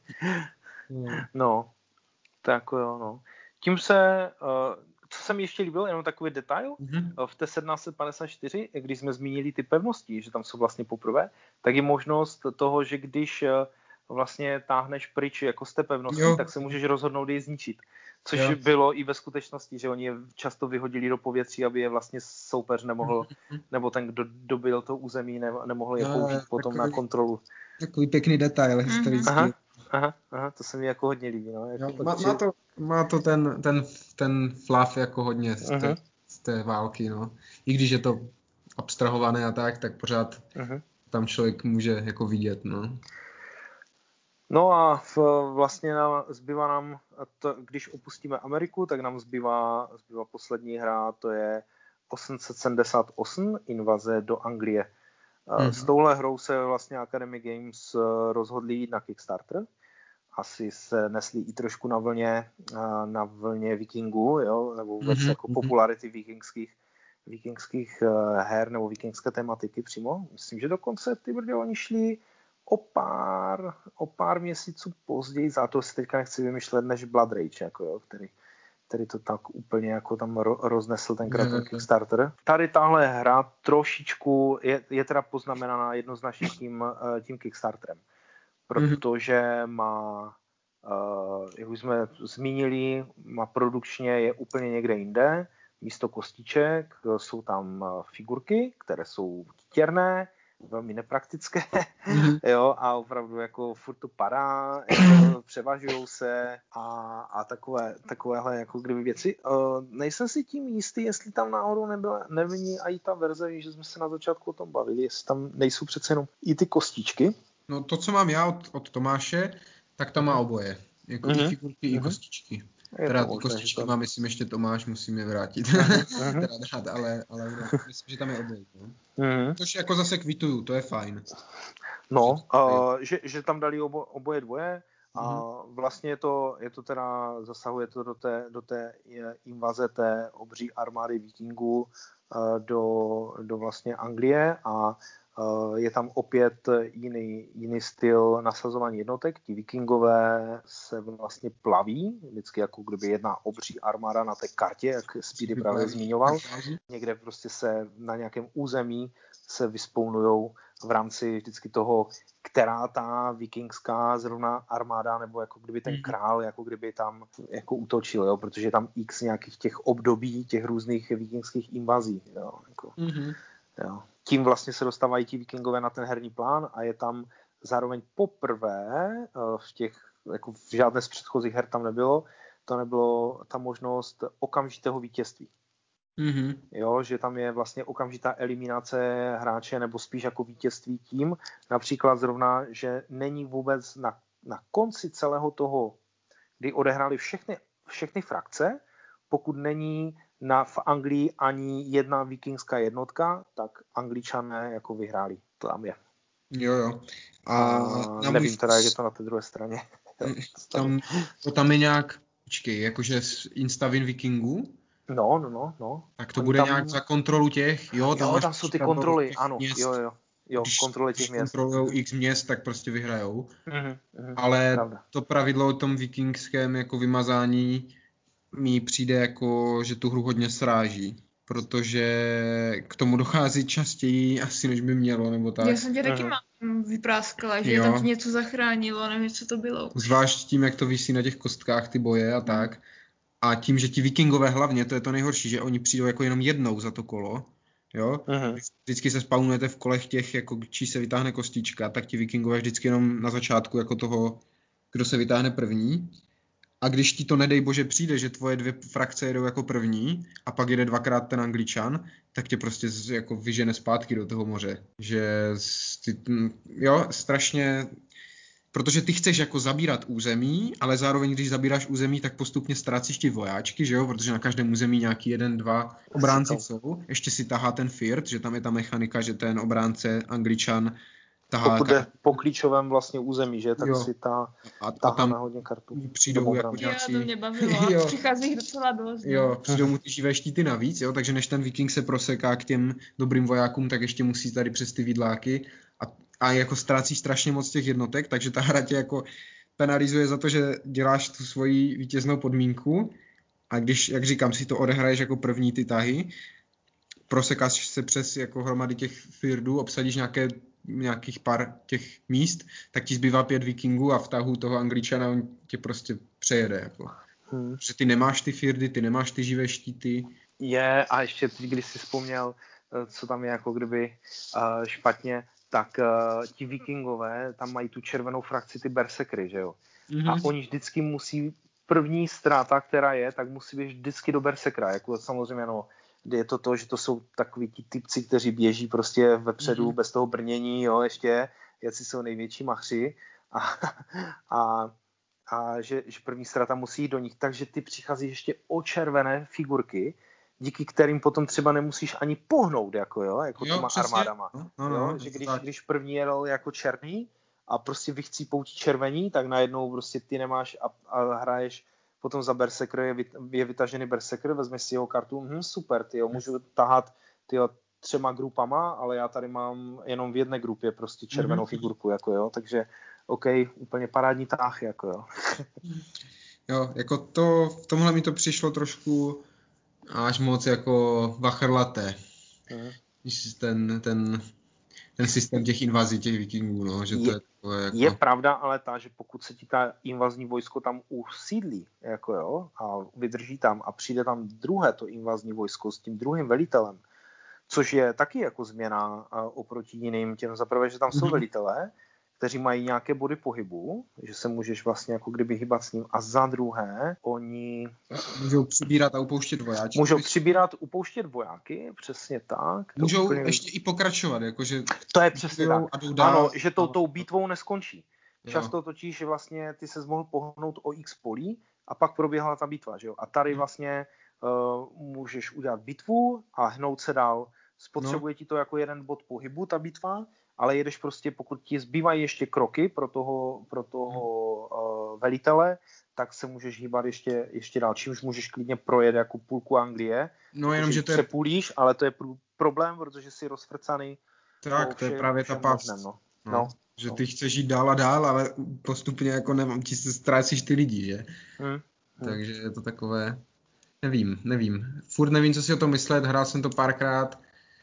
No, tak jo, no. Tím se... Co se mi ještě líbilo, jenom takový detail, v té 1754, když jsme zmínili ty pevnosti, že tam jsou vlastně poprvé, tak je možnost toho, že když vlastně táhneš pryč jako z té pevnosti, tak se můžeš rozhodnout je zničit. Což bylo i ve skutečnosti, že oni je často vyhodili do povětří, aby je vlastně soupeř nemohl, nebo ten, kdo dobil to území, nemohl je použít potom na kontrolu. Takový pěkný detail historický. Aha, to se mi jako hodně líbí. No, jako má to ten fluff jako hodně z té války, no. I když je to abstrahované a tak pořád tam člověk může jako vidět, no. No a vlastně zbývá nám, když opustíme Ameriku, tak nám zbývá poslední hra, to je 878, invaze do Anglie. S touhle hrou se vlastně Academy Games rozhodli jít na Kickstarter. Asi se nesli i trošku na vlně vikingů, jo, nebo vůbec jako popularity vikingských her nebo vikingské tematiky přímo. Myslím, že dokonce ty brdě oni šli o pár měsíců později, za to si teďka nechci vymýšlet, než Blood Rage, jako jo, který to tak úplně jako tam roznesl tenkrát ten Kickstarter. Tady tahle hra trošičku je teda poznamenaná jednoznačně tím Kickstarterem. protože má, jak už jsme zmínili, má produkčně je úplně někde jinde. Místo kostiček jsou tam figurky, které jsou titěrné, velmi nepraktické, jo, a opravdu jako furt to padá, jako převažujou se a takovéhle jako kdyby věci. Nejsem si tím jistý, jestli tam náhodou není i ta verze, že jsme se na začátku o tom bavili, jestli tam nejsou přece jenom i ty kostičky. No to, co mám já od Tomáše, tak tam má oboje. Jako i figurky, i kostičky. Teda ty kostičky mám, myslím, ještě Tomáš, musím je vrátit. Teda dát, ale myslím, že tam je oboje. No? Což jako zase kvituju, to je fajn. No, že tam dali oboje dvoje a vlastně je to teda, zasahuje to do té invaze té obří armády vikingů do vlastně Anglie a je tam opět jiný styl nasazování jednotek. Ti vikingové se vlastně plaví, vždycky jako kdyby jedna obří armáda na té kartě, jak Speedy právě zmiňoval. Někde prostě se na nějakém území se vyspounujou v rámci vždycky toho, která ta vikingská zrovna armáda, nebo jako kdyby ten král, jako kdyby tam jako útočil, jo? Protože je tam x nějakých těch období, těch různých vikingských invazí. Jo? Jako, jo. Tím vlastně se dostávají ti vikingové na ten herní plán a je tam zároveň poprvé v těch, jako v žádné z předchozích her tam nebylo, to nebylo ta možnost okamžitého vítězství. Jo, že tam je vlastně okamžitá eliminace hráče nebo spíš jako vítězství tím, například zrovna, že není vůbec na konci celého toho, kdy odehráli všechny frakce, pokud není v Anglii ani jedna vikingská jednotka, tak Angličané jako vyhráli. To tam je. Jo. A nevím teda, jak je to na té druhé straně. Tam je nějak, počkej, jakože Instavin vikingů? No. Tak to bude tam nějak za kontrolu těch, jo? Tam jsou ty kontroly, ano, jo, kontroly těch měst. Když kontrolujou x měst, tak prostě vyhrajou. Ale pravda. To pravidlo o tom vikingském jako vymazání mi přijde jako, že tu hru hodně sráží, protože k tomu dochází častěji asi, než by mělo, nebo tak. Já jsem tě taky vypráskala, že tam něco zachránilo, nevím, co to bylo. Zvlášť tím, jak to visí na těch kostkách, ty boje a tak. A tím, že ti vikingové hlavně, to je to nejhorší, že oni přijdou jako jenom jednou za to kolo, jo. Vždycky se spawnujete v kolech těch, jako čí se vytáhne kostička, tak ti vikingové vždycky jenom na začátku jako toho, kdo se vytáhne první. A když ti to nedej bože přijde, že tvoje dvě frakce jedou jako první a pak jede dvakrát ten Angličan, tak tě prostě jako vyžene zpátky do toho moře. Že strašně... Protože ty chceš jako zabírat území, ale zároveň, když zabíráš území, tak postupně ztrácíš ti vojáčky, že jo? Protože na každém území nějaký 1, 2 obránci jsou. Ještě si tahá ten Firth, že tam je ta mechanika, že ten obránce Angličan tahá... Pokud jde po klíčovém vlastně území, že? Tak jo. Si tahá na hodně kartu. Přijdou jako nějací... To mě bavilo. Přichází jich docela dost. Jo, přijdou mu ty živé štíty navíc, jo? Takže než ten viking se proseká k těm dobrým vojákům, tak ještě musí tady přes ty vidláky a jako ztrácí strašně moc těch jednotek, takže ta hra tě jako penalizuje za to, že děláš tu svoji vítěznou podmínku a když, jak říkám, si to odehraješ jako první ty tahy, prosekáš se přes jako hromady těch firdů, obsadíš nějakých pár těch míst, tak ti zbývá 5 vikingů a v tahu toho Angličana on tě prostě přejede. Jako. Že ty nemáš ty firdy, ty nemáš ty živé štíty. A ještě když jsi vzpomněl, co tam je jako kdyby špatně, tak ti vikingové tam mají tu červenou frakci, ty berserkry, že jo? A oni vždycky musí, první ztráta, která je, tak musí být vždycky do berserkra, jako samozřejmě, je to, že to jsou takový ti typci, kteří běží prostě vepředu bez toho brnění, jo, ještě, jací jsou největší machři a že první ztráta musí jít do nich, takže ty přichází ještě o červené figurky, díky kterým potom třeba nemusíš ani pohnout, jako těma armádama. Jo? Že když první jedl jako černý a prostě vychcípou ti červení, tak najednou prostě ty nemáš a hraješ potom za berserker, je vytažený berserker, vezmeš si jeho kartu, super, můžu tahat 3 grupama, ale já tady mám jenom v jedné grupě prostě červenou figurku, takže OK, úplně parádní tah, jo. Jo, to, v tomhle mi to přišlo trošku až moc jako vachrlaté. Když ten ten systém těch invazí těch vikingů, no, že to je takové jako... Je pravda ale ta, že pokud se ti ta invazní vojsko tam usídlí, jako jo, a vydrží tam a přijde tam druhé to invazní vojsko s tím druhým velitelem, což je taky jako změna oproti jiným těm. Zaprvé, že tam jsou velitelé, kteří mají nějaké body pohybu, že se můžeš vlastně jako kdyby hýbat s ním, a za druhé oni... Můžou přibírat a upouštět vojáky. Můžou přibírat, upouštět vojáky, přesně tak. Můžou úplně... ještě i pokračovat, jakože... To je přesně tak. Ano, že tou bitvou neskončí. Často totiž, že vlastně ty ses mohl pohnout o x polí a pak proběhla ta bitva, že jo? A tady vlastně můžeš udělat bitvu a hnout se dál. Spotřebuje ti to jako jeden bod pohybu, ta bitva, ale jedeš prostě, pokud ti zbývají ještě kroky pro toho velitele, tak se můžeš hýbat ještě dál. Čímž můžeš klidně projet jako půlku Anglie. No jenom, že to je... přepůlíš, ale to je problém, protože jsi rozfrcaný. Tak, to je právě ta past. Že ty chceš jít dál a dál, ale postupně jako ti se ztrácíš ty lidi, že? Takže je to takové... Nevím. Furt nevím, co si o tom myslet, hrál jsem to párkrát.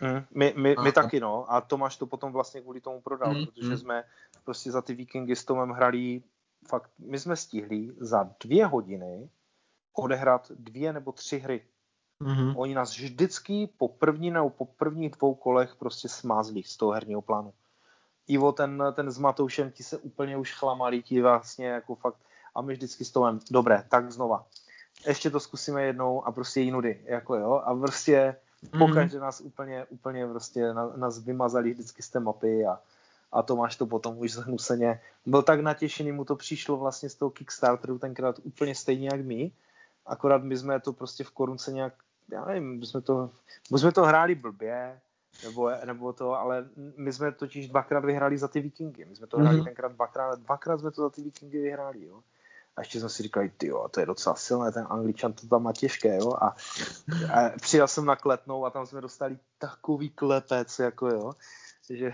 My taky, no. A Tomáš to potom vlastně kvůli tomu prodal, protože jsme prostě za ty Vikingy s Tomem hrali fakt, my jsme stihli za 2 hodiny odehrát 2 nebo 3 hry. Oni nás vždycky po prvních 2 kolech prostě smázli z toho herního plánu. Ivo, ten s Matoušem, ti se úplně už chlamali, ti vlastně jako fakt, a my vždycky s Tomem, dobré, tak znova. Ještě to zkusíme jednou a prostě jinudy, jako jo, a prostě pokaždé nás úplně prostě nás vymazali vždycky z té mapy a Tomáš to potom už zhnuseně byl tak natěšený, mu to přišlo vlastně z toho Kickstarteru tenkrát úplně stejně jak my, akorát my jsme to prostě v korunce nějak, já nevím, my jsme to hráli blbě, nebo to, ale my jsme totiž 2krát vyhráli za ty Vikingy, my jsme to hráli tenkrát dvakrát jsme to za ty Vikingy vyhráli, jo. A ještě jsme si říkali, tyjo, to je docela silné, ten Angličan to tam má těžké, jo. A přijel jsem na Kletnou a tam jsme dostali takový klepec, jako jo, že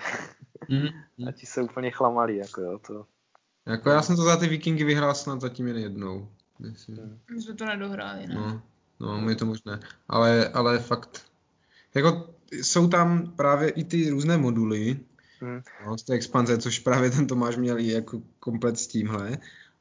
a ti se úplně chlamali, jako jo. To... Jako já jsem to za ty Vikingy vyhrál snad zatím jen jednou. My jsme to nedohráli, ne? No, je to možné. Ale fakt, jako jsou tam právě i ty různé moduly z té expanze, což právě ten Tomáš měl i jako komplet s tímhle.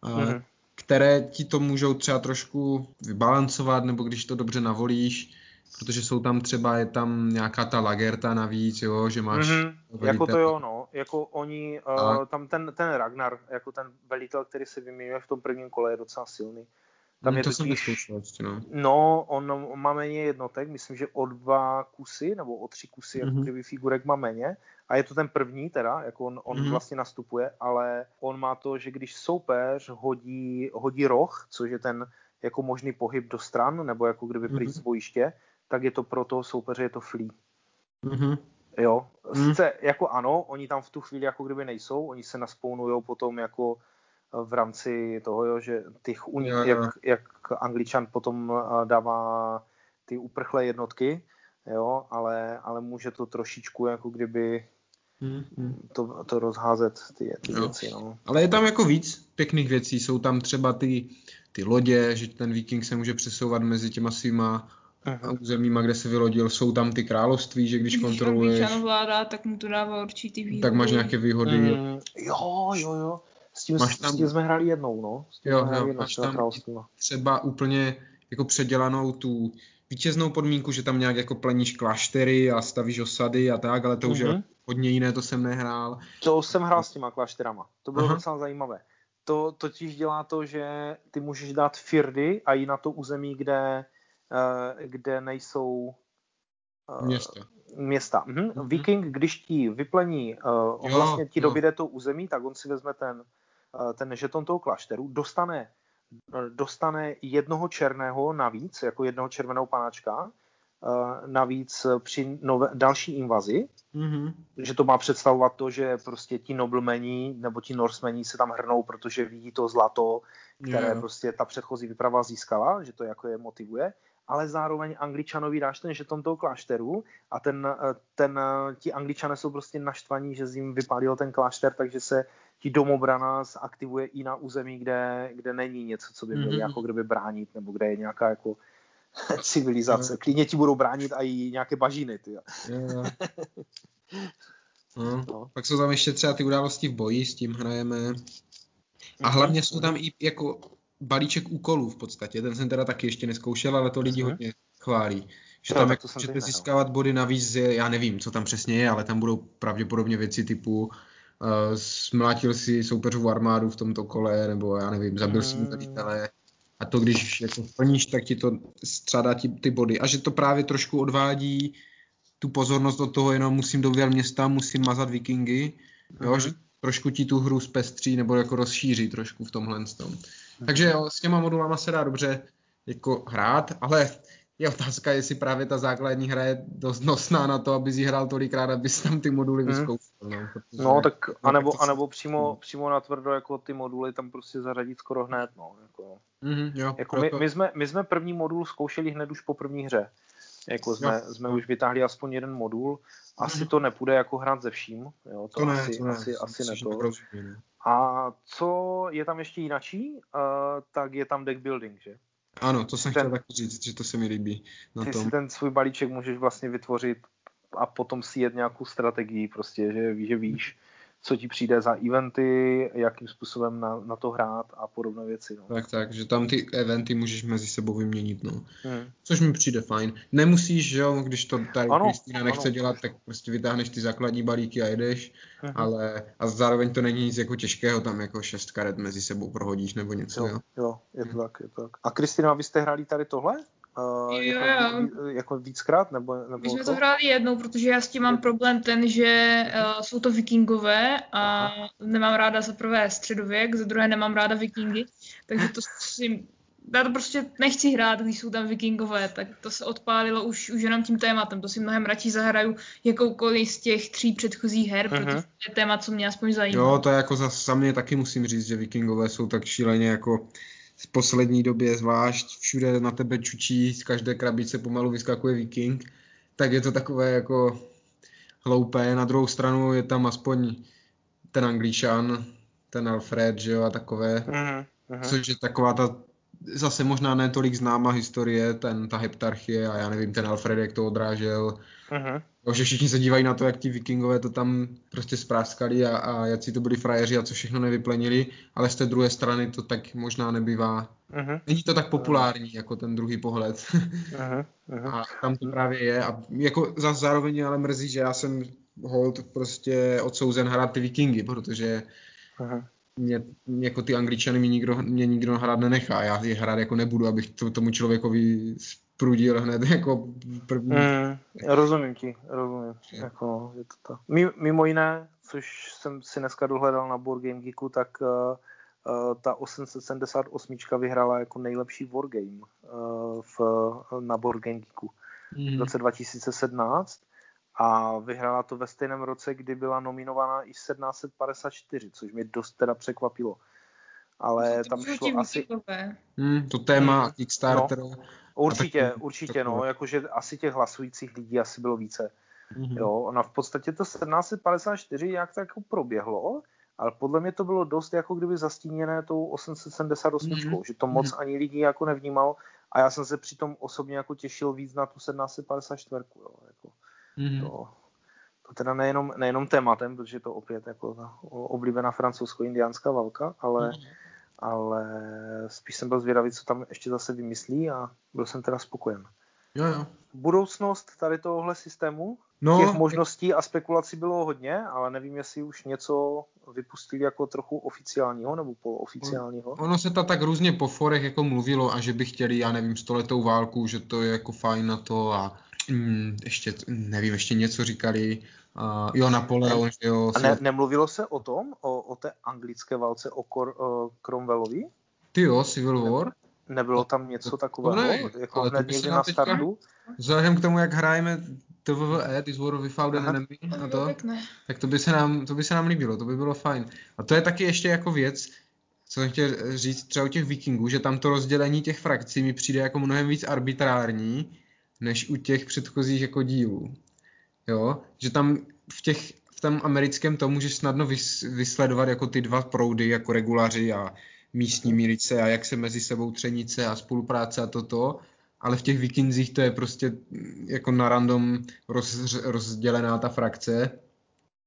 Které ti to můžou třeba trošku vybalancovat, nebo když to dobře navolíš, protože jsou tam třeba, je tam nějaká ta lagerta navíc, jo, že máš... Jako to jo, no, jako oni, tam ten Ragnar, jako ten velitel, který se vyměňuje v tom prvním kole, je docela silný. Tam je to totiž, no, on má méně jednotek, myslím, že o 2 kusy, nebo o 3 kusy, jako kdyby figurek má méně. A je to ten první teda, jako on vlastně nastupuje, ale on má to, že když soupeř hodí roh, což je ten jako možný pohyb do stran, nebo jako kdyby pryč z bojiště, tak je to pro toho soupeře, je to flea. Jo, sice jako ano, oni tam v tu chvíli jako kdyby nejsou, oni se naspounujou potom jako v rámci toho, jo, že těch jak Angličan potom dává ty uprchlé jednotky, jo, ale může to trošičku jako kdyby to rozházet ty věci. No. Ale je tam jako víc pěkných věcí, jsou tam třeba ty lodě, že ten Viking se může přesouvat mezi těma svýma územíma, kde se vylodil, jsou tam ty království, že když kontroluješ... Když vládá, tak mu to dává určitý výhody. Tak máš nějaké výhody. Jo. S tím jsme hráli jednou, no. Máš tam třeba úplně jako předělanou tu vítěznou podmínku, že tam nějak jako pleníš kláštery a stavíš osady a tak, ale to už je hodně jiné, to jsem nehrál. To jsem hrál s těma klášterama, to bylo docela zajímavé. To totiž dělá to, že ty můžeš dát firdy a i na to území, kde nejsou města. Viking, když ti vyplení, vlastně ti dobyde to území, tak on si vezme ten žeton toho klášteru, dostane jednoho černého navíc, jako jednoho červeného panáčka, navíc při další invazi, že to má představovat to, že prostě ti noblemeni nebo ti Norsemeni se tam hrnou, protože vidí to zlato, které prostě ta předchozí výprava získala, že to jako je motivuje, ale zároveň Angličanovi dáš ten žeton toho klášteru a ti Angličané jsou prostě naštvaní, že z jim vypálil ten klášter, takže se ti domobrana zaktivuje i na území, kde není něco, co by měli jako kdyby bránit, nebo kde je nějaká jako civilizace. Klidně ti budou bránit i nějaké bažiny. No. Pak jsou tam ještě třeba ty události v boji, s tím hrajeme. A hlavně jsou tam i jako balíček úkolů v podstatě. Ten jsem teda taky ještě neskoušel, ale to lidi hodně chválí. Že tam jako můžete získávat body navíc, já nevím, co tam přesně je, ale tam budou pravděpodobně věci typu smlátil si soupeřovou armádu v tomto kole, nebo já nevím, zabil si velitele. A to, když jako plníš, tak ti to střádá ty body. A že to právě trošku odvádí tu pozornost od toho, jenom musím do města, musím mazat vikingy, jo, že trošku ti tu hru zpestří nebo jako rozšíří trošku v tomhle tom. Takže jo, s těma modulama se dá dobře jako hrát, ale je otázka, jestli právě ta základní hra je dost nosná na to, abys ji hrál tolikrát, abys tam ty moduly vyzkoušel. No, tak anebo přímo na tvrdo jako ty moduly tam prostě zařadit skoro hned, no. Jo, jako my jsme první modul zkoušeli hned už po první hře. Jako jsme už vytáhli aspoň jeden modul. Asi to nepůjde jako hrát ze vším. Jo, to asi ne to. A co je tam ještě jinačí, tak je tam deck building, že? Ano, to jsem chtěl taky říct, že to se mi líbí. Ty si ten svůj balíček můžeš vlastně vytvořit a potom si jet nějakou strategii prostě, že víš, co ti přijde za eventy, jakým způsobem na to hrát a podobné věci. No. Tak, že tam ty eventy můžeš mezi sebou vyměnit, no. Což mi přijde fajn. Nemusíš, že jo, když to tady Kristýna nechce dělat, tak prostě vytáhneš ty základní balíky a jedeš, ale a zároveň to není nic jako těžkého, tam jako 6 karet mezi sebou prohodíš nebo něco, jo. Jo, je to tak. A Kristýna, vy jste hráli tady tohle? Jako víckrát? Nebo my jsme to hráli jednou, protože já s tím mám problém ten, že jsou to vikingové a nemám ráda za prvé středověk, za druhé nemám ráda vikingy, takže já to prostě nechci hrát, když jsou tam vikingové, tak to se odpálilo už jenom tím tématem, to si mnohem radši zahraju jakoukoliv z těch 3 předchozích her, protože to je téma, co mě aspoň zajímá. Jo, to je jako za mě taky musím říct, že vikingové jsou tak šíleně jako v poslední době zvlášť, všude na tebe čučí, z každé krabice pomalu vyskakuje viking, tak je to takové jako hloupé. Na druhou stranu je tam aspoň ten Angličan, ten Alfred, že jo, a takové, což je taková ta zase možná ne tolik známá historie, ta heptarchie a já nevím, ten Alfred, jak to odrážel. Že všichni se dívají na to, jak ti vikingové to tam prostě spráskali a jak si to byli frajeři a co všechno nevyplenili, ale z té druhé strany to tak možná nebývá. Není to tak populární, jako ten druhý pohled. A tam to právě je. A jako zároveň ale mrzí, že já jsem hold prostě odsouzen hrát ty vikingy, protože mě jako ty Angličany mě nikdo hrát nenechá. Já je hrát jako nebudu, abych tomu člověkovi sprudil hned jako první. Rozumím. Jako, je to tak. Mimo jiné, což jsem si dneska dohledal na Board Game Geeku, tak ta 878 vyhrála jako nejlepší wargame na Board Game Geeku v roce 2017 a vyhrála to ve stejném roce, kdy byla nominovaná i 1754, což mě dost teda překvapilo. Ale tam šlo asi... To téma Kickstarter... No, určitě, no, jakože asi těch hlasujících lidí asi bylo více. Jo, ona v podstatě to 1754 jak tak proběhlo, ale podle mě to bylo dost jako kdyby zastíněné tou 878, že to moc ani lidí jako nevnímalo a já jsem se přitom osobně jako těšil víc na tu 1754, jo, jako. To teda nejenom tématem, protože to opět jako ta oblíbená francouzsko-indiánská válka, ale spíš jsem byl zvědavý, co tam ještě zase vymyslí a byl jsem teda spokojen. Jo. Budoucnost tady tohohle systému, těch možností a spekulací bylo hodně, ale nevím, jestli už něco vypustili jako trochu oficiálního nebo polooficiálního. Ono se to tak různě po forech jako mluvilo a že by chtěli, já nevím, 100letou válku, že to je jako fajn na to a ještě, nevím, ještě něco říkali. Napoleon, že jo. A nemluvilo se o tom, o té anglické válce, o Cromwellovi? Ty jo, Civil War? Nebylo tam něco takového? Jako hned někdy na startu? Vzhledem k tomu, jak hrajeme TVE, This War Without an Enemy, tak to by se nám líbilo, to by bylo fajn. A to je taky ještě jako věc, co jsem chtěl říct třeba u těch vikingů, že tam to rozdělení těch frakcí mi přijde jako mnohem víc arbitrární, než u těch předchozích jako dílů. Jo, že tam v tom americkém to můžeš snadno vysledovat jako ty dva proudy, jako regulaři a místní milice a jak se mezi sebou třenice a spolupráce a toto, ale v těch vikingzích to je prostě jako na random rozdělená ta frakce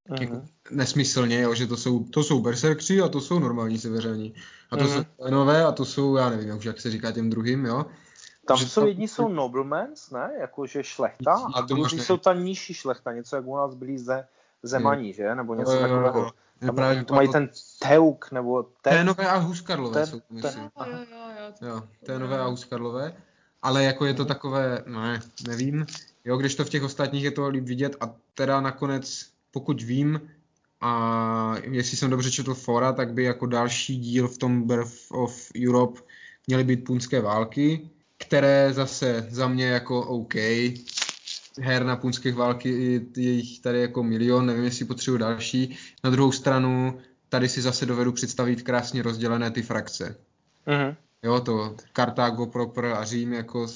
jako nesmyslně, jo, že to jsou berserkři a to jsou normální severani. A to jsou nové a to jsou, já nevím, jak se říká těm druhým, jo. Tam jsou jedni jsou noblemans, ne? Jakože šlechta, a druzí jsou ta nižší šlechta, něco jak u nás byli zemaní, že? Nebo něco takového. Tam to mají ten teuk, nebo Ténové a huskarlové jsou, myslím. Jo, Ténové a huskarlové. Ale jako je to takové, nevím, jo, když to v těch ostatních je to líp vidět a teda nakonec, pokud vím, a jestli jsem dobře četl fora, tak by jako další díl v tom Birth of Europe měly být punské války, které zase za mě jako OK, her na punských války je jich tady jako milion, nevím, jestli potřebuji další. Na druhou stranu, tady si zase dovedu představit krásně rozdělené ty frakce. Jo, to Kartágo proper a Řím jako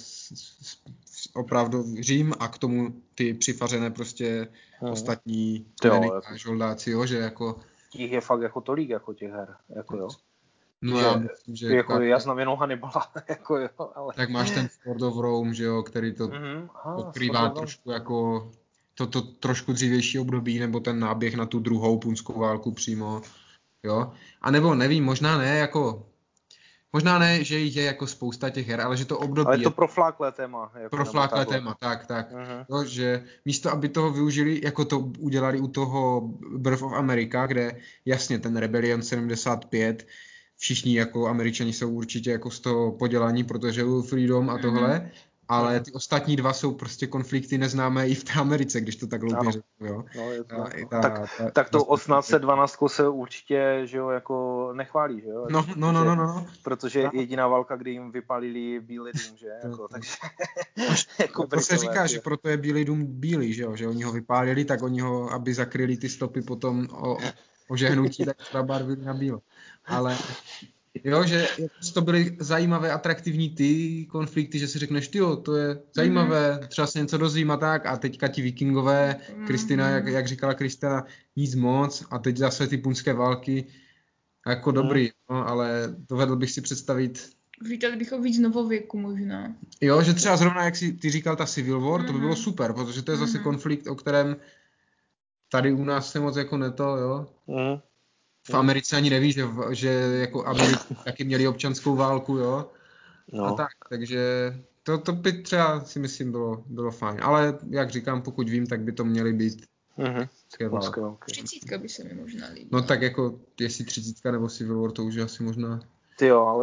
opravdu Řím a k tomu ty přifařené prostě ostatní kmeny a žoldáci, jo, že jako... Těch je fakt jako tolik, jako těch her, jako jo. No že, já myslím, že... Jako já znám jenom Hannibala, jako jo, ale... Tak máš ten Sword of Rome, že jo, který to pokrývá trošku jako... To trošku dřívější období, nebo ten náběh na tu druhou punskou válku přímo, jo. A nebo nevím, možná ne, jako... Možná ne, že jich je jako spousta těch her, ale že to období... Ale je to profláklé téma. Jako profláklé téma, tak. Jo, že místo, aby toho využili, jako to udělali u toho Birth of America, kde jasně ten Rebellion 75, všichni jako Američani jsou určitě jako z toho podělaní, protože Freedom a tohle, ale ty ostatní dva jsou prostě konflikty neznámé i v té Americe, když to tak hloupě řeknu, jo. No, tak to 1812 se určitě, že jo, jako nechválí, že jo. No. Protože jediná válka, kdy jim vypálili Bílý dům, že jako, takže... jako to se říká, že proto je Bílý dům bílý, že jo, že oni ho vypálili, tak oni ho, aby zakryli ty stopy potom o žehnutí, tak zabarvili na bílo. Ale jo, že to byly zajímavé, atraktivní ty konflikty, že si řekneš, tyjo, to je zajímavé, třeba se něco dozvím a tak, a teďka ti vikingové, Kristina, jak říkala Kristina, nic moc, a teď zase ty punské války, jako dobrý, no, ale dovedl bych si představit... Vítali bychom víc novověku možná. Jo, že třeba zrovna, jak si ty říkal, ta Civil War, to by bylo super, protože to je zase konflikt, o kterém tady u nás se moc jako neto, jo. V Americe ani neví, že jako Americi taky měli občanskou válku, jo. No. A tak, takže to by třeba si myslím bylo fajn. Ale jak říkám, pokud vím, tak by to měly být války. 30 by se mi možná líbila. No tak jako, jestli 30 nebo Civil War, to už je asi možná... Ty jo, ale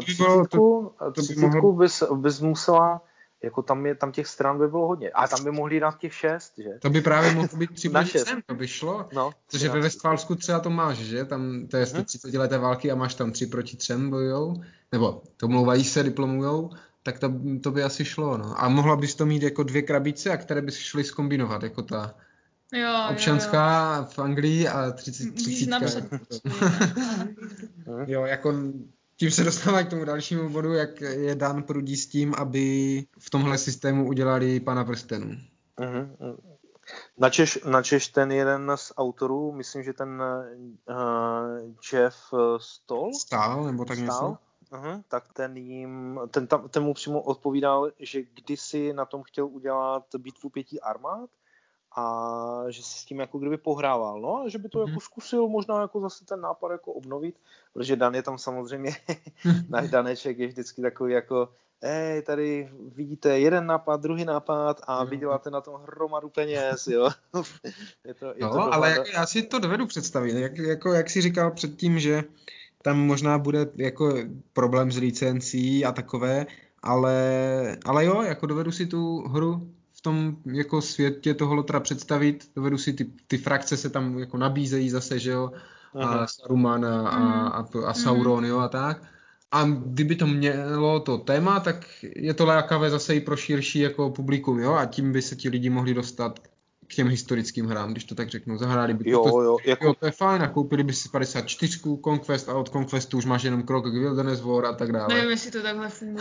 30 bys musela... Jako tam těch stran by bylo hodně. A tam by mohli dát těch 6, že? To by právě mohlo být 3 proti 3, to by šlo. No, protože ve Westfálsku třeba to máš, že? Tam to je z 30leté války a máš tam 3 proti 3 bojujou. Nebo domlouvají se, diplomujou. Tak to by asi šlo, no. A mohla bys to mít jako 2 krabice, a které bys šly zkombinovat, jako ta občanská v Anglii a 30. Jo, jako... Tím se dostává k tomu dalšímu bodu, jak je Dan prudí s tím, aby v tomhle systému udělali Pana prstenů. Načež ten jeden z autorů, myslím, že ten Jeff Stahl, nebo tak něco? Tak ten mu přímo odpovídal, že kdysi na tom chtěl udělat bitvu 5 armád, a že si s tím jako kdyby pohrával, no, a že by to jako zkusil možná jako zase ten nápad jako obnovit, protože Dan je tam samozřejmě, náš Daneček je vždycky takový jako, tady vidíte jeden nápad, druhý nápad a vyděláte na tom hromadu peněz, jo. je to ale jako já si to dovedu představit, jak jsi říkal předtím, že tam možná bude jako problém s licencí a takové, ale jo, jako dovedu si tu hru v tom jako světě toho lotra představit, dovedu si ty frakce se tam jako nabízejí zase, že jo, a Saruman a Sauron, jo, a tak. A kdyby to mělo to téma, tak je to lákavé zase i pro širší jako publikum, jo, a tím by se ti lidi mohli dostat k těm historickým hrám, když to tak řeknu. Zahráli by jo, to je fajn, a koupili by si 54 Conquest a od Conquestu už máš jenom krok k Wilderness War a tak dále. Nevím, jestli to takhle funguje.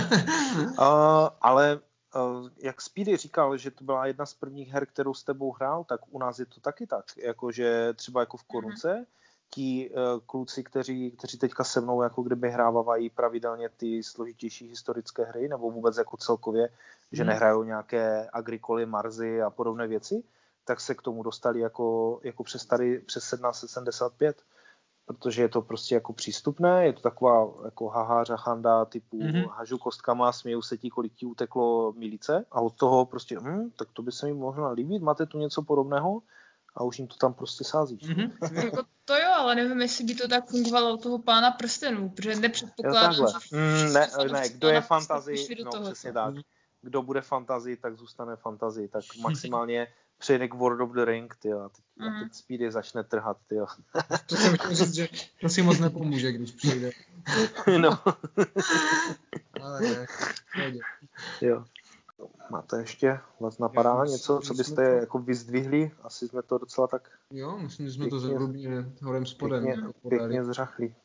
Ale jak Speedy říkal, že to byla jedna z prvních her, kterou s tebou hrál, tak u nás je to taky tak, jakože třeba jako v Korunce, ti kluci, kteří teďka se mnou jako kdyby hrávají pravidelně ty složitější historické hry, nebo vůbec jako celkově, že nehrajou nějaké Agrikoly, Marsy a podobné věci, tak se k tomu dostali jako přes 1775, protože je to prostě jako přístupné, je to taková jako haha řachanda typu hažu kostkama, směju se ti, kolik ti uteklo milice a od toho prostě, tak to by se mi možná líbit, máte tu něco podobného? A už jim to tam prostě sázíš. Jako to jo, ale nevím, jestli by to tak fungovalo u toho Pána prstenů, protože nepředpokládám, že ne, kdo je fantasy, přesně tak. Kdo bude fantasy, tak zůstane fantasy, tak maximálně přejde k World of the Ring, tyjo, a teď Speedy začne trhat, tyjo. To jsem chtěl říct, že to si moc nepomůže, když přijde. No. Ale ne, jo. Máte ještě vás napadá něco, co byste jako vyzdvihli? Asi jsme to docela tak... Jo, myslím, že jsme to zevrubně horem spodem. Pěkně zřachli.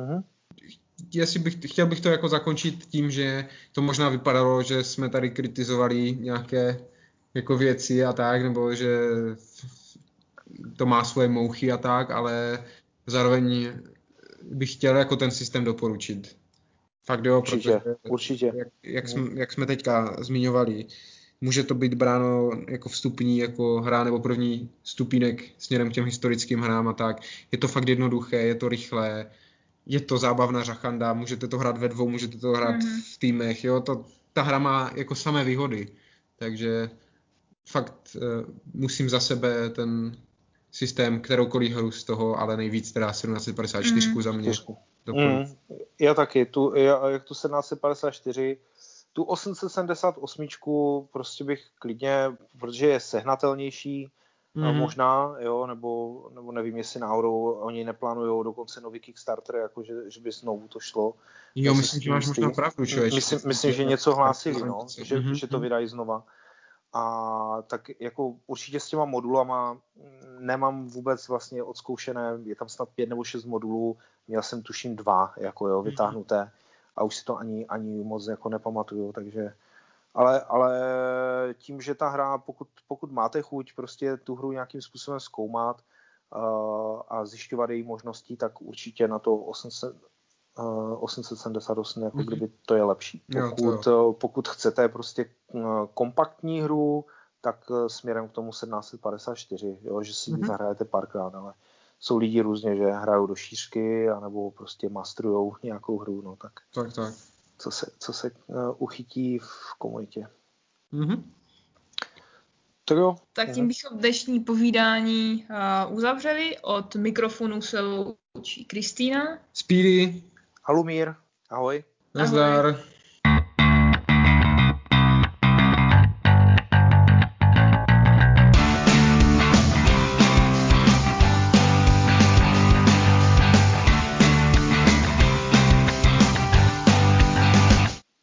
Chtěl bych to jako zakončit tím, že to možná vypadalo, že jsme tady kritizovali nějaké jako věci a tak, nebo že to má svoje mouchy a tak, ale zároveň bych chtěl jako ten systém doporučit. Fakt jo, určitě. Jak jsme teďka zmiňovali, může to být bráno jako vstupní jako hra nebo první stupínek směrem k těm historickým hrám a tak. Je to fakt jednoduché, je to rychlé, je to zábavná řachanda, můžete to hrát ve dvou, můžete to hrát v týmech, jo, ta hra má jako samé výhody, takže fakt musím za sebe ten systém, kteroukoliv hru z toho, ale nejvíc teda 1754 za mě. Já taky, jak tu 1754, tu 878 prostě bych klidně, protože je sehnatelnější, možná, jo, nebo nevím, jestli náhodou oni neplánujou dokonce nový Kickstarter, jako že by znovu to šlo. Jo, myslím, že máš možná pravdu, člověče. Myslím, že něco hlásili, no, že to vydají znova. A tak jako určitě s těma modulama nemám vůbec vlastně odzkoušené, je tam snad 5 nebo 6 modulů, měl jsem tuším 2 jako jo, vytáhnuté a už si to ani moc jako nepamatuju, takže ale tím, že ta hra, pokud máte chuť prostě tu hru nějakým způsobem zkoumat a zjišťovat její možností, tak určitě na to 878, jako kdyby to je lepší. Pokud chcete prostě kompaktní hru, tak směrem k tomu 1754, jo, že si ji zahrajete párkrát, ale jsou lidi různě, že hrajou do šířky, anebo prostě masterujou nějakou hru, no tak. Co se uchytí v komunitě. Tak tím bychom dnešní povídání uzavřeli. Od mikrofonu se loučí Kristýna. Speedy. Halumír. Ahoj. Nazdar.